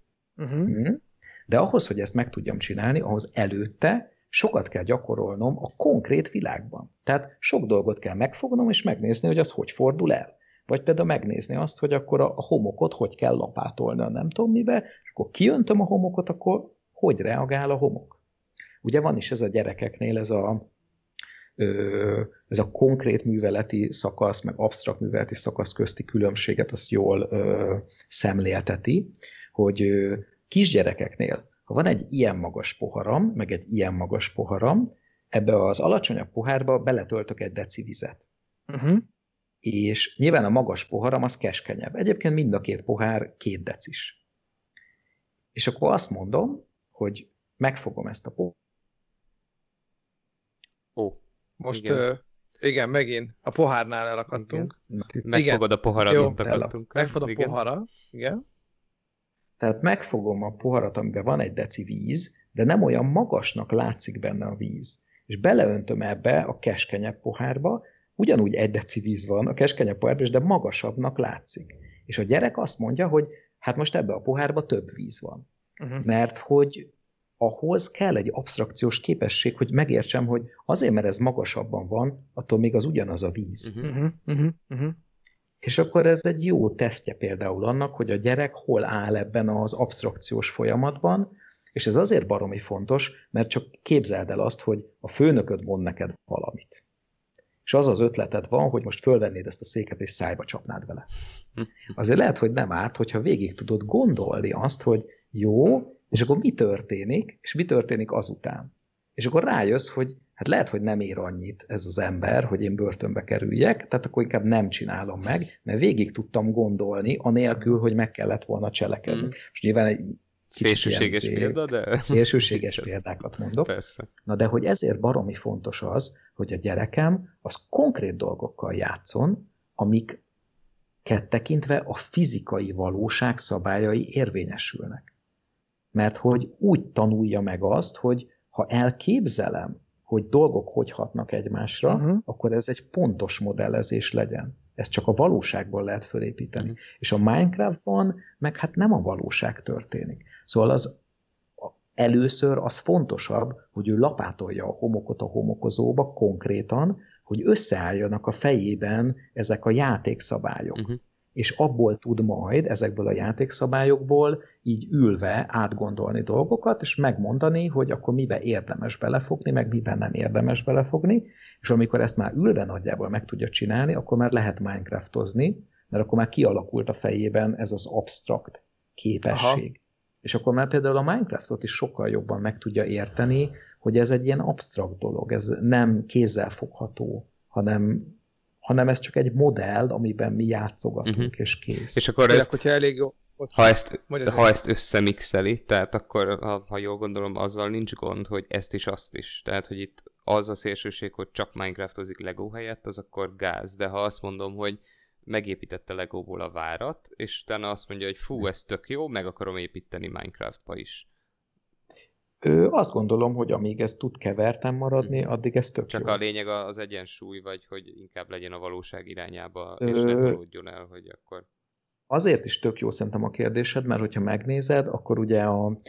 S3: De ahhoz, hogy ezt meg tudjam csinálni, ahhoz előtte sokat kell gyakorolnom a konkrét világban. Tehát sok dolgot kell megfognom, és megnézni, hogy az hogy fordul el. Vagy például megnézni azt, hogy akkor a homokot hogy kell lapátolni, nem tudom mibe, és akkor kiöntöm a homokot, akkor hogy reagál a homok. Ugye van is ez a gyerekeknél ez a konkrét műveleti szakasz, meg absztrakt műveleti szakasz közti különbséget azt jól szemlélteti, hogy kisgyerekeknél, ha van egy ilyen magas poharam, meg egy ilyen magas poharam, ebbe az alacsonyabb pohárba beletöltök egy deci vizet.
S2: Uh-huh.
S3: És nyilván a magas poharam az keskenyebb. Egyébként mind a két pohár 2 decis. És akkor azt mondom, hogy megfogom ezt a pohár.
S2: Most igen, megint a pohárnál elakadtunk.
S1: Megfogod a poharat, ott akadtunk.
S2: Megfogod a pohara, igen.
S3: Tehát megfogom a poharat, amiben van egy deci víz, de nem olyan magasnak látszik benne a víz. És beleöntöm ebbe a keskenyebb pohárba, ugyanúgy 1 deci víz van a keskenyebb pohárban, de magasabbnak látszik. És a gyerek azt mondja, hogy hát most ebbe a pohárba több víz van. Uh-huh. Mert hogy ahhoz kell egy absztrakciós képesség, hogy megértsem, hogy azért, mert ez magasabban van, attól még az ugyanaz a víz.
S2: Uh-huh. Uh-huh. Uh-huh.
S3: És akkor ez egy jó tesztje például annak, hogy a gyerek hol áll ebben az absztrakciós folyamatban, és ez azért baromi fontos, mert csak képzeld el azt, hogy a főnököd mond neked valamit. És az az ötleted van, hogy most fölvennéd ezt a széket, és szájba csapnád vele. Azért lehet, hogy nem árt, hogyha végig tudod gondolni azt, hogy jó, és akkor mi történik, és mi történik azután. És akkor rájössz, hogy hát lehet, hogy nem ér annyit ez az ember, hogy én börtönbe kerüljek, tehát akkor inkább nem csinálom meg, mert végig tudtam gondolni, anélkül, hogy meg kellett volna cselekedni. Most nyilván egy
S1: szélsőséges példa, de...
S3: Szélsőséges példákat mondok.
S1: Persze.
S3: Na de hogy ezért baromi fontos az, hogy a gyerekem az konkrét dolgokkal játszon, amiket tekintve a fizikai valóság szabályai érvényesülnek. Mert hogy úgy tanulja meg azt, hogy ha elképzelem, hogy dolgok hogy hatnak egymásra, akkor ez egy pontos modellezés legyen. Ezt csak a valóságból lehet fölépíteni. És a Minecraftban meg hát nem a valóság történik. Szóval először az fontosabb, hogy ő lapátolja a homokot a homokozóba konkrétan, hogy összeálljanak a fejében ezek a játékszabályok. És abból tud majd, ezekből a játékszabályokból így ülve átgondolni dolgokat, és megmondani, hogy akkor miben érdemes belefogni, meg miben nem érdemes belefogni, és amikor ezt már ülve nagyjából meg tudja csinálni, akkor már lehet Minecraftozni, mert akkor már kialakult a fejében ez az absztrakt képesség. Aha. És akkor már például a Minecraftot is sokkal jobban meg tudja érteni, hogy ez egy ilyen absztrakt dolog, ez nem kézzel fogható, hanem ez csak egy modell, amiben mi játszogatunk, és kész.
S1: És akkor ezt,
S2: hogyha elég jó,
S1: ha ezt összemixeli, tehát akkor, ha jól gondolom, azzal nincs gond, hogy ezt is, azt is. Tehát, hogy itt az a szélsőség, hogy csak Minecraftozik Lego helyett, az akkor gáz. De ha azt mondom, hogy megépítette Legóból a várat, és utána azt mondja, hogy fú, ez tök jó, meg akarom építeni Minecraftba is.
S3: Azt gondolom, hogy amíg ez tud keverten maradni, addig ez tök
S1: csak
S3: jó.
S1: Csak a lényeg az egyensúly, vagy hogy inkább legyen a valóság irányába, és ne tolódjon el, hogy akkor...
S3: Azért is tök jó szerintem a kérdésed, mert hogyha megnézed, akkor ugye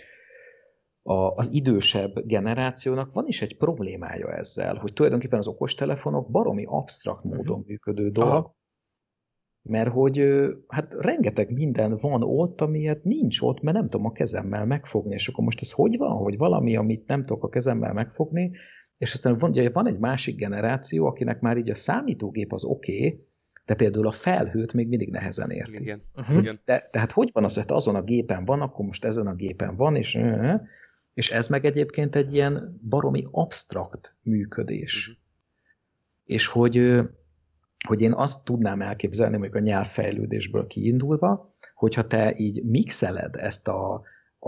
S3: az idősebb generációnak van is egy problémája ezzel, hogy tulajdonképpen az okostelefonok baromi absztrakt módon működő dolog. Mert hogy hát rengeteg minden van ott, amiért nincs ott, mert nem tudom a kezemmel megfogni, és akkor most ez hogy van, hogy valami, amit nem tudok a kezemmel megfogni, és aztán van egy másik generáció, akinek már így a számítógép az oké, de például a felhőt még mindig nehezen érti.
S1: Igen.
S3: De hát hogy van az, hogy azon a gépen van, akkor most ezen a gépen van, és ez meg egyébként egy ilyen baromi absztrakt működés. És hogy én azt tudnám elképzelni, mondjuk a nyelvfejlődésből kiindulva, hogyha te így mixeled ezt a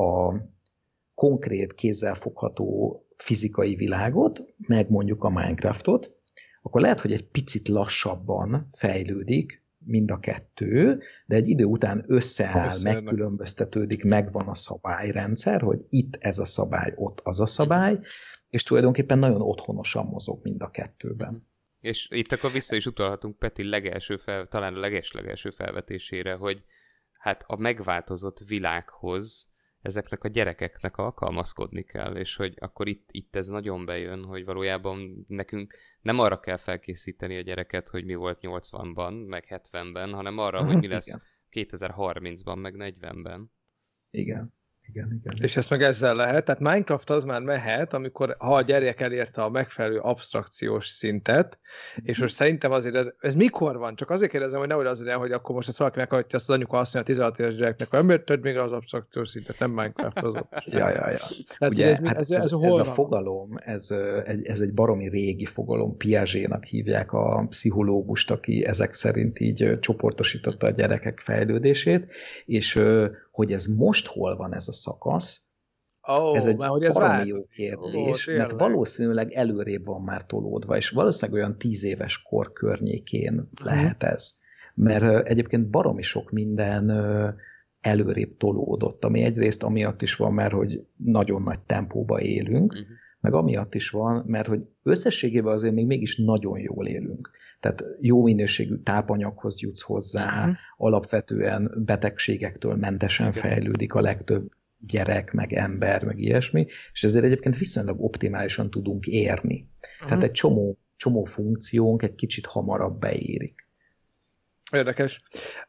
S3: konkrét, kézzelfogható fizikai világot, meg mondjuk a Minecraftot, akkor lehet, hogy egy picit lassabban fejlődik mind a kettő, de egy idő után összeáll, megkülönböztetődik, megvan a szabályrendszer, hogy itt ez a szabály, ott az a szabály, és tulajdonképpen nagyon otthonosan mozog mind a kettőben.
S1: És itt akkor vissza is utalhatunk Peti talán a legeslegelső felvetésére, hogy hát a megváltozott világhoz ezeknek a gyerekeknek alkalmazkodni kell, és hogy akkor itt ez nagyon bejön, hogy valójában nekünk nem arra kell felkészíteni a gyereket, hogy mi volt 80-ban, meg 70-ben, hanem arra, hogy mi lesz 2030-ban, meg 40-ben.
S3: Igen. Igen.
S2: És ezt meg ezzel lehet. Tehát Minecraft az már mehet, ha a gyerek elérte a megfelelő abstrakciós szintet, és most szerintem azért ez mikor van? Csak azért kérdezem, hogy nehogy az legyen, hogy akkor most ezt valaki meghallgatja, azt az anyuka azt mondja a 16 éves gyereknek, hogy miért tedd még az abstrakciós szintet, nem Minecraft az.
S3: Ja.
S2: Tehát
S3: ugye,
S2: ez
S3: a fogalom, ez egy baromi régi fogalom, Piaget-nak hívják a pszichológust, aki ezek szerint így csoportosította a gyerekek fejlődését, és hogy ez most hol van ez a szakasz, ez egy baromi jó kérdés, mert valószínűleg előrébb van már tolódva, és valószínűleg olyan 10 éves kor környékén lehet ez. Mert egyébként baromi sok minden előrébb tolódott, ami egyrészt amiatt is van, mert hogy nagyon nagy tempóba élünk, meg amiatt is van, mert hogy összességében azért még mégis nagyon jól élünk. Tehát jó minőségű tápanyaghoz jutsz hozzá, alapvetően betegségektől mentesen fejlődik a legtöbb gyerek, meg ember, meg ilyesmi, és ezért egyébként viszonylag optimálisan tudunk érni. Tehát egy csomó funkciónk egy kicsit hamarabb beérik.
S2: Érdekes.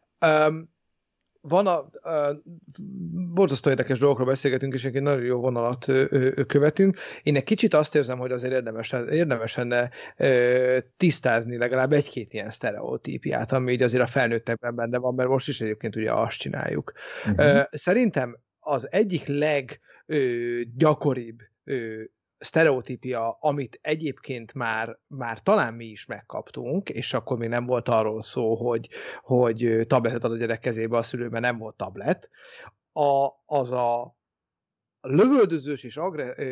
S2: Borzasztó érdekes dolgokról beszélgetünk, és egy nagyon jó vonalat követünk. Én egy kicsit azt érzem, hogy azért érdemes lenne tisztázni legalább egy-két ilyen sztereotípiát, ami így azért a felnőttekben benne van, mert most is egyébként ugye azt csináljuk. Szerintem az egyik leggyakoribb sztereotípia, amit egyébként már talán mi is megkaptunk, és akkor még nem volt arról szó, hogy tabletet ad a gyerek kezébe a szülő, mert nem volt tablet, az a lövöldözős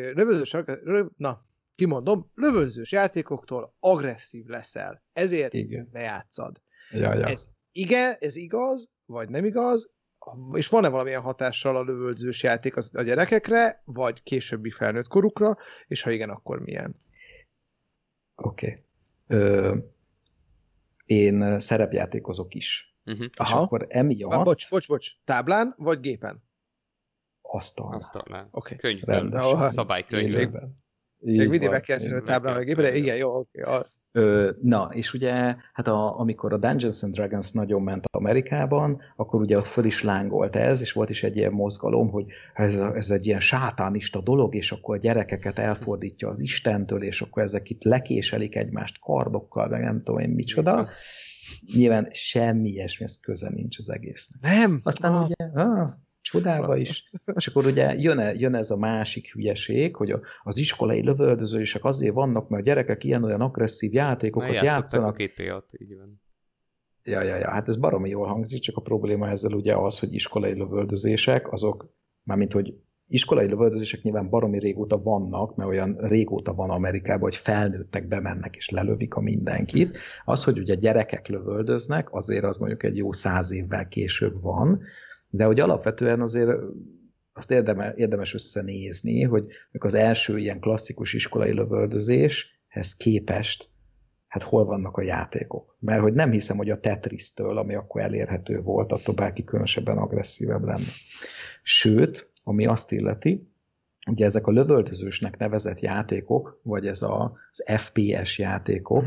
S2: lövöldözős játékoktól agresszív leszel. Ezért ne játszad.
S3: Ja.
S2: Ez igaz, vagy nem igaz, és van-e valamilyen hatással a lövöldözős játék a gyerekekre, vagy későbbi felnőtt korukra, és ha igen, akkor milyen?
S3: Oké. Én szerepjátékozok is. És akkor emiatt...
S2: Bocs, táblán vagy gépen?
S3: Asztalnál.
S2: Oké.
S1: Könyvben, szabálykönyvben.
S2: Még mindig meg kell színni, táblán vagy gépen, de igen, jó, oké.
S3: Na, és ugye, hát amikor a Dungeons and Dragons nagyon ment Amerikában, akkor ugye ott föl is lángolt ez, és volt is egy ilyen mozgalom, hogy ez egy ilyen sátánista dolog, és akkor a gyerekeket elfordítja az Istentől, és akkor ezek itt lekéselik egymást kardokkal, meg nem tudom én micsoda. Nyilván semmi ilyesmi, ez köze nincs az egésznek.
S2: Nem!
S3: Aztán ugye... Csodába is. És akkor ugye jön ez a másik hülyeség, hogy az iskolai lövöldözések azért vannak, mert a gyerekek ilyen-olyan agresszív játékokat játszanak.
S1: Így van.
S3: Ja, hát ez baromi jól hangzik, csak a probléma ezzel ugye az, hogy iskolai lövöldözések, azok, mármint hogy iskolai lövöldözések nyilván baromi régóta vannak, mert olyan régóta van Amerikában, hogy felnőttek, bemennek és lelövik a mindenkit. Az, hogy ugye gyerekek lövöldöznek, azért az mondjuk egy jó 100 évvel később van, de hogy alapvetően azért azt érdemes összenézni, hogy az első ilyen klasszikus iskolai lövöldözéshez képest, hát hol vannak a játékok. Mert hogy nem hiszem, hogy a Tetris-től, ami akkor elérhető volt, attól bárki különösebben agresszívebb lenne. Sőt, ami azt illeti, ugye ezek a lövöldözősnek nevezett játékok, vagy ez az FPS játékok,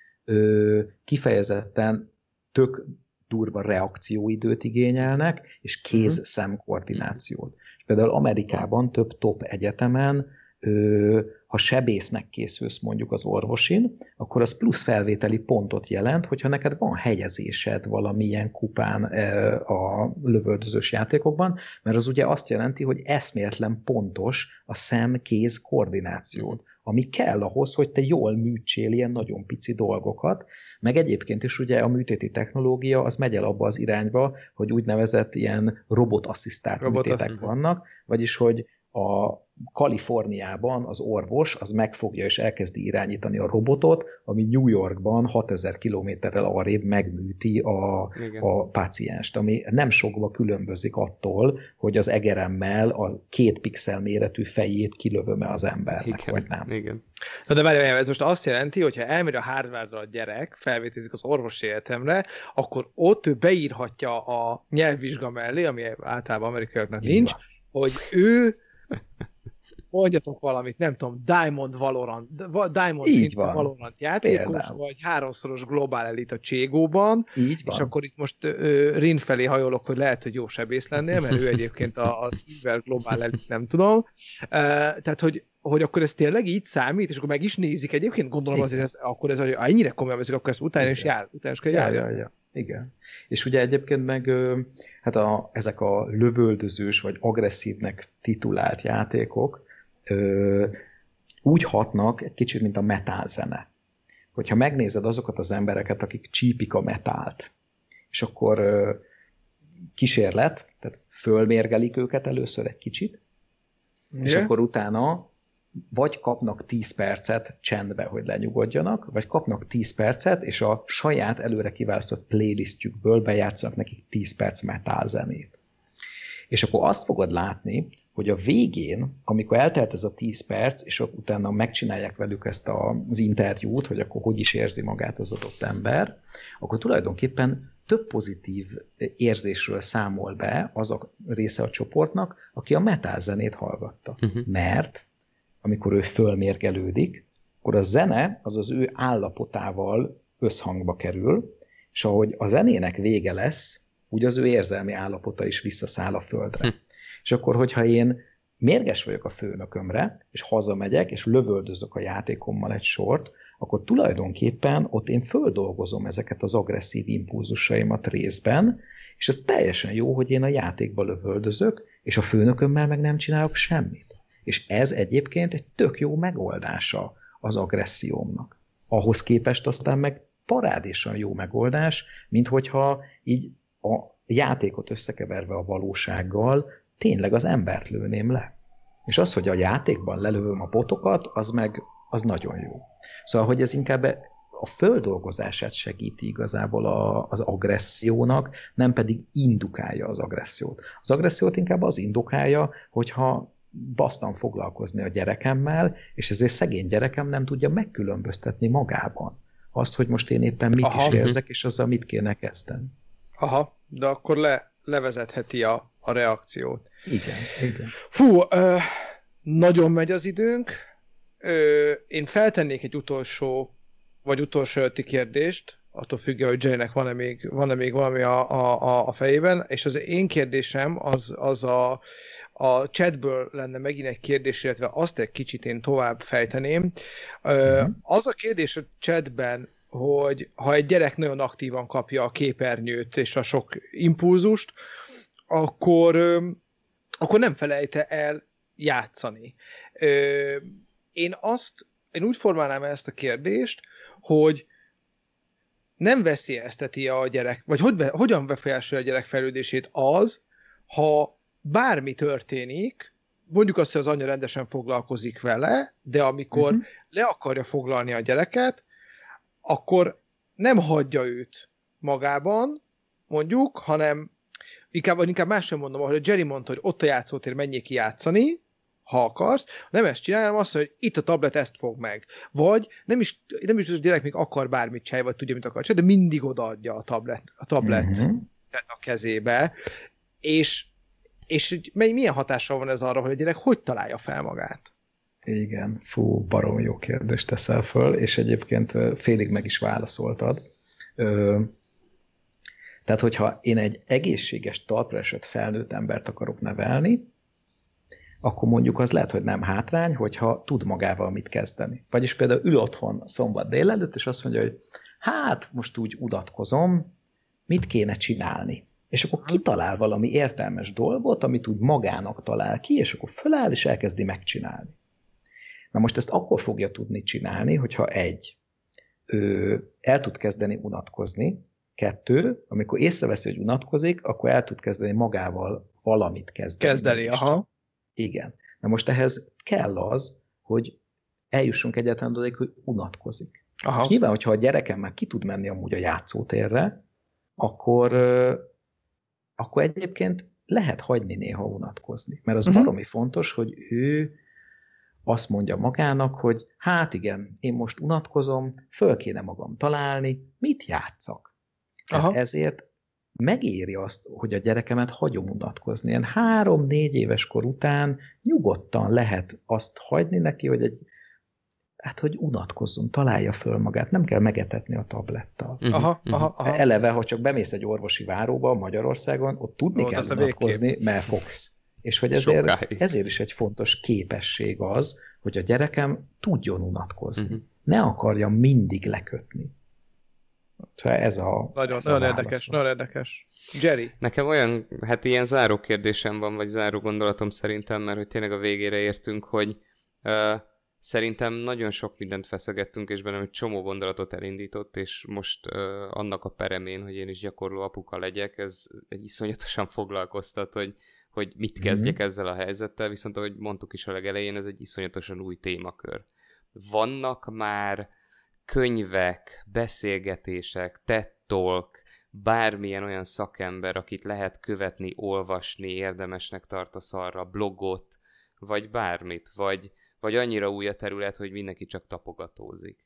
S3: kifejezetten tök durva reakcióidőt igényelnek, és kéz-szem-koordinációt. És például Amerikában több top egyetemen, ha sebésznek készülsz mondjuk az orvosin, akkor az plusz felvételi pontot jelent, hogyha neked van helyezésed valamilyen kupán a lövöldözős játékokban, mert az ugye azt jelenti, hogy eszméletlen pontos a szem-kéz koordinációd, ami kell ahhoz, hogy te jól műtsél ilyen nagyon pici dolgokat, meg egyébként is ugye a műtéti technológia az megy el abba az irányba, hogy úgynevezett ilyen robotasszisztált műtétek vannak, vagyis hogy a Kaliforniában az orvos az megfogja és elkezdi irányítani a robotot, ami New Yorkban 6000 kilométerrel arrébb megműti a pácienst, ami nem sokba különbözik attól, hogy az egeremmel a 2 pixel méretű fejét kilövöm-e az embernek, vagy nem.
S1: Igen.
S2: Na de várjál, ez most azt jelenti, hogy ha elmegy a Harvardra a gyerek, felvétezik az orvosi egyetemre, akkor ott ő beírhatja a nyelvvizsga mellé, ami általában amerikaiaknak nincs, hogy ő mondjatok valamit, nem tudom, Diamond
S3: Így
S2: szintű
S3: van.
S2: Valorant játékos,
S3: Például.
S2: vagy 3-szoros globál elit a Cségóban,
S3: Így
S2: és
S3: van.
S2: akkor itt most Rin felé hajolok, hogy lehet, hogy jó sebész lennél, mert ő egyébként a globál elit, nem tudom. Tehát, hogy akkor ez tényleg így számít, és akkor meg is nézik egyébként, gondolom azért akkor ez ennyire komolyan veszik, akkor ezt utána is kell járni.
S3: Ja. Igen. És ugye egyébként meg hát ezek a lövöldözős vagy agresszívnek titulált játékok úgy hatnak egy kicsit, mint a metal zene. Hogyha megnézed azokat az embereket, akik csípik a metált, és akkor kísérlet, tehát fölmérgelik őket először egy kicsit, és akkor utána vagy kapnak 10 percet csendbe, hogy lenyugodjanak, vagy kapnak 10 percet, és a saját előre kiválasztott playlistjükből bejátszanak nekik 10 perc metal zenét. És akkor azt fogod látni, hogy a végén, amikor eltelt ez a 10 perc, és utána megcsinálják velük ezt az interjút, hogy akkor hogy is érzi magát az adott ember, akkor tulajdonképpen több pozitív érzésről számol be az a része a csoportnak, aki a metal zenét hallgatta. Mert amikor ő fölmérgelődik, akkor a zene az az ő állapotával összhangba kerül, és ahogy a zenének vége lesz, úgy az ő érzelmi állapota is visszaszáll a földre. És akkor, hogyha én mérges vagyok a főnökömre, és hazamegyek, és lövöldözök a játékommal egy sort, akkor tulajdonképpen ott én földolgozom ezeket az agresszív impulzusaimat részben, és ez teljesen jó, hogy én a játékba lövöldözök, és a főnökömmel meg nem csinálok semmit. És ez egyébként egy tök jó megoldása az agressziómnak. Ahhoz képest aztán meg parádésan jó megoldás, mint hogyha így a játékot összekeverve a valósággal tényleg az embert lőném le. És az, hogy a játékban lelövöm a botokat, az nagyon jó. Szóval, hogy ez inkább a földolgozását segíti igazából az agressziónak, nem pedig indukálja az agressziót. Az agressziót inkább az indukálja, hogyha basztan foglalkozni a gyerekemmel, és ezért szegény gyerekem nem tudja megkülönböztetni magában azt, hogy most én éppen mit is érzek, és azzal mit kéne kezdeni.
S2: Aha, de akkor levezetheti a reakciót.
S3: Igen.
S2: Fú, nagyon megy az időnk. Én feltennék egy utolsó előtti kérdést, attól függően, hogy Jay-nek van-e még valami a fejében, és az én kérdésem az a chatből lenne megint egy kérdés, illetve azt egy kicsit én tovább fejteném. Az a kérdés a chatben, hogy ha egy gyerek nagyon aktívan kapja a képernyőt és a sok impulzust, akkor nem felejte el játszani. Én úgy formálnám ezt a kérdést, hogy nem veszélyezteti a gyerek, vagy hogyan befolyásolja a gyerek fejlődését az, ha bármi történik, mondjuk azt, hogy az anya rendesen foglalkozik vele, de amikor le akarja foglalni a gyereket, akkor nem hagyja őt magában, mondjuk, hanem inkább másra mondom, ahogy a Jerry mondta, hogy ott a játszótér, menjél ki játszani, ha akarsz, nem ezt csinálom, azt mondja, hogy itt a tablet, ezt fog meg. Vagy nem is a gyerek még akar bármit csinálni, vagy tudja, mit akar csinálni, de mindig odaadja a tablet a kezébe, és milyen hatással van ez arra, hogy a gyerek hogy találja fel magát?
S3: Igen, barom jó kérdést teszel föl, és egyébként félig meg is válaszoltad. Tehát, hogyha én egy egészséges, talpra esett felnőtt embert akarok nevelni, akkor mondjuk az lehet, hogy nem hátrány, hogyha tud magával mit kezdeni. Vagyis például ül otthon szombat délelőtt, és azt mondja, hogy hát most úgy udatkozom, mit kéne csinálni? És akkor kitalál valami értelmes dolgot, amit úgy magának talál ki, és akkor föláll, és elkezdi megcsinálni. Na most ezt akkor fogja tudni csinálni, hogyha el tud kezdeni unatkozni, 2, amikor észreveszi, hogy unatkozik, akkor el tud kezdeni magával valamit kezdeni.
S2: Aha.
S3: Igen. Na most ehhez kell az, hogy eljussunk egyáltalán odaig, hogy unatkozik.
S2: Aha.
S3: És nyilván, hogyha a gyerekem már ki tud menni amúgy a játszótérre, akkor egyébként lehet hagyni néha unatkozni. Mert az baromi fontos, hogy ő azt mondja magának, hogy hát igen, én most unatkozom, föl kéne magam találni, mit játszak. Tehát ezért megéri azt, hogy a gyerekemet hagyom unatkozni. Ilyen 3-4 éves kor után nyugodtan lehet azt hagyni neki, hogy hogy unatkozzon, találja föl magát, nem kell megetetni a tablettal.
S2: Aha.
S3: Eleve, ha csak bemész egy orvosi váróba Magyarországon, ott tudni kell unatkozni, mert fogsz. És hogy ezért is egy fontos képesség az, hogy a gyerekem tudjon unatkozni. Ne akarjam mindig lekötni. Szóval ez a
S2: nagyon érdekes, nagyon érdekes. Jerry?
S1: Nekem olyan, ilyen záró kérdésem van, vagy záró gondolatom szerintem, mert hogy tényleg a végére értünk, hogy szerintem nagyon sok mindent feszegettünk, és bennem egy csomó gondolatot elindított, és most annak a peremén, hogy én is gyakorló apuka legyek, ez egy iszonyatosan foglalkoztat, hogy mit kezdjek ezzel a helyzettel, viszont ahogy mondtuk is a legelején, ez egy iszonyatosan új témakör. Vannak már könyvek, beszélgetések, TED Talk, bármilyen olyan szakember, akit lehet követni, olvasni, érdemesnek tartasz arra, blogot, vagy bármit, vagy annyira új a terület, hogy mindenki csak tapogatózik.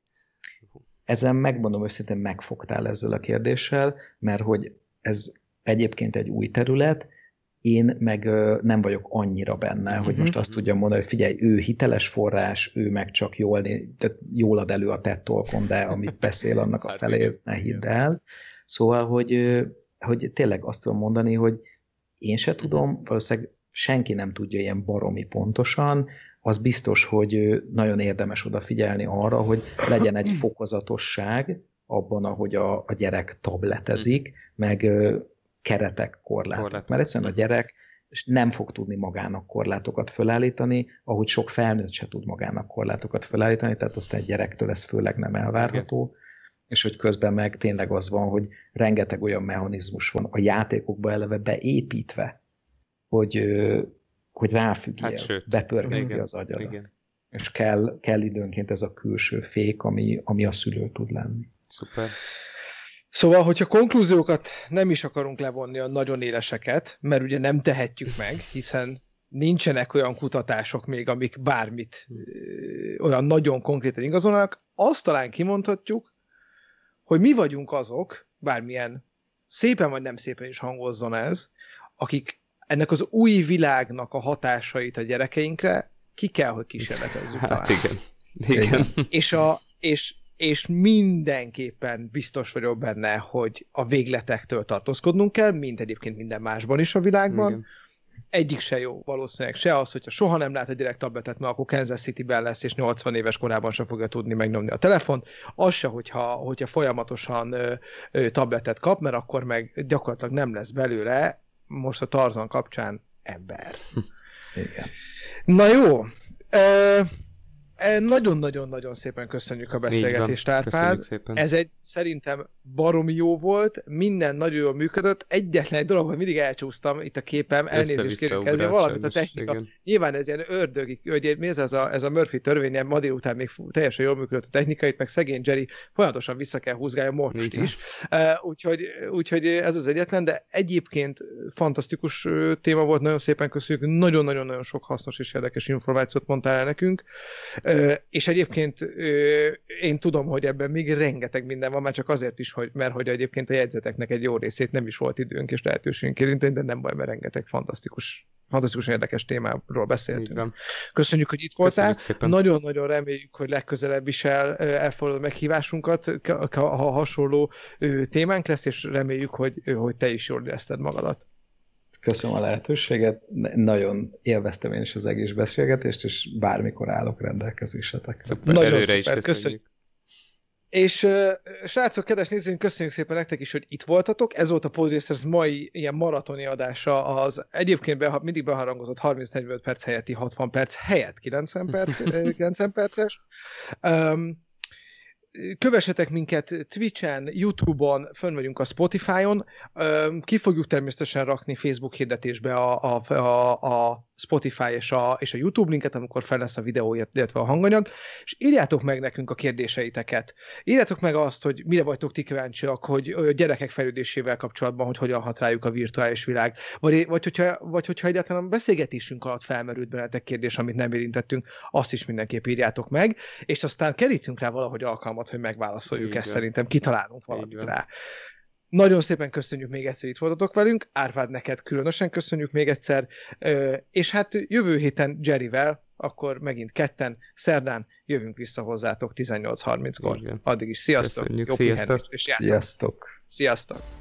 S3: Ezen megmondom őszintén, megfogtál ezzel a kérdéssel, mert hogy ez egyébként egy új terület, én meg nem vagyok annyira benne, hogy most azt tudjam mondani, hogy figyelj, ő hiteles forrás, ő meg csak jól ad elő a TED Talkon, de amit beszél, annak a felét ne hidd el. Szóval, hogy tényleg azt tudom mondani, hogy én se tudom, valószínűleg senki nem tudja ilyen baromi pontosan, az biztos, hogy nagyon érdemes odafigyelni arra, hogy legyen egy fokozatosság abban, ahogy a gyerek tabletezik, meg keretek, korlátok. Mert egyszerűen a gyerek nem fog tudni magának korlátokat felállítani, ahogy sok felnőtt se tud magának korlátokat felállítani, tehát aztán egy gyerektől ez főleg nem elvárható. És hogy közben meg tényleg az van, hogy rengeteg olyan mechanizmus van a játékokba eleve beépítve, hogy ráfüggjél, bepörgeti az agyadat. Igen. És kell időnként ez a külső fék, ami a szülő tud lenni.
S1: Szuper.
S2: Szóval, hogyha konklúziókat nem is akarunk levonni a nagyon éleseket, mert ugye nem tehetjük meg, hiszen nincsenek olyan kutatások még, amik bármit olyan nagyon konkrétan igazolnak, azt talán kimondhatjuk, hogy mi vagyunk azok, bármilyen szépen vagy nem szépen is hangozzon ez, akik ennek az új világnak a hatásait a gyerekeinkre ki kell, hogy kísérletezzük talán.
S1: Igen.
S2: És mindenképpen biztos vagyok benne, hogy a végletektől tartózkodnunk kell, mint egyébként minden másban is a világban. Igen. Egyik se jó valószínűleg, se az, hogyha soha nem lát a gyerek tabletet, mert akkor Kansas City-ben lesz, és 80 éves korában sem fogja tudni megnyomni a telefont. Az se, hogyha folyamatosan tabletet kap, mert akkor meg gyakorlatilag nem lesz belőle, most a Tarzan kapcsán ember.
S3: Igen.
S2: Na jó, nagyon-nagyon-nagyon szépen köszönjük a beszélgetést, Árpád. Ez szerintem baromi jó volt, minden nagyon jól működött. Egyetlen egy dolog, hogy mindig elcsúsztam itt a képem, elnézést kérünk ezzel, valamit a technika. Igen. Nyilván ez ilyen ördögi, hogy mi ez a Murphy törvény, ilyen ma délután még teljesen jól működött a technikait, meg szegény Jerry folyamatosan vissza kell húzgálja most is. Úgyhogy ez az egyetlen, de egyébként fantasztikus téma volt, nagyon szépen köszönjük, nagyon-nagyon sok hasznos és érdekes információt mondtál el nekünk. És egyébként én tudom, hogy ebben még rengeteg minden van, már csak azért is, mert hogy egyébként a jegyzeteknek egy jó részét nem is volt időnk és lehetőségünk érinteni, de nem baj, mert rengeteg fantasztikus érdekes témáról beszéltünk. Köszönjük, hogy itt voltál. Nagyon-nagyon reméljük, hogy legközelebb is elfogadod meghívásunkat, ha hasonló témánk lesz, és reméljük, hogy te is jól érezted magadat.
S3: Köszönöm a lehetőséget, nagyon élveztem én is az egész beszélgetést, és bármikor állok rendelkezésetek.
S2: Nagyon szuper, köszönjük. És srácok, kedves nézőink, köszönjük szépen nektek is, hogy itt voltatok. Ez volt a Podracers mai ilyen maratoni adása, az egyébként mindig beharangozott 30-45 perc helyetti 60 perc helyett 90 perces. Kövessetek minket Twitchen, YouTube-on, fönn vagyunk a Spotify-on, ki fogjuk természetesen rakni Facebook hirdetésbe a Spotify és a YouTube linket, amikor fel lesz a videó, illetve a hanganyag, és írjátok meg nekünk a kérdéseiteket. Írjátok meg azt, hogy mire vagytok ti kíváncsiak, hogy a gyerekek fejlődésével kapcsolatban, hogy hogyan hat rájuk a virtuális világ, vagy hogyha egyáltalán a beszélgetésünk alatt felmerült bennetek kérdés, amit nem érintettünk, azt is mindenképp írjátok meg, és aztán kerítünk rá valahogy alkalmat, hogy megválaszoljuk ezt, szerintem kitalálunk valamit rá. Nagyon szépen köszönjük még egyszer, hogy itt voltatok velünk, Árpád, neked különösen köszönjük még egyszer, és hát jövő héten Jerryvel, akkor megint ketten, szerdán jövünk vissza hozzátok 18:30-kor. Addig is sziasztok!
S1: Köszönjük,
S2: Jó
S1: sziasztok!
S2: És
S3: Sziasztok!
S2: Sziasztok!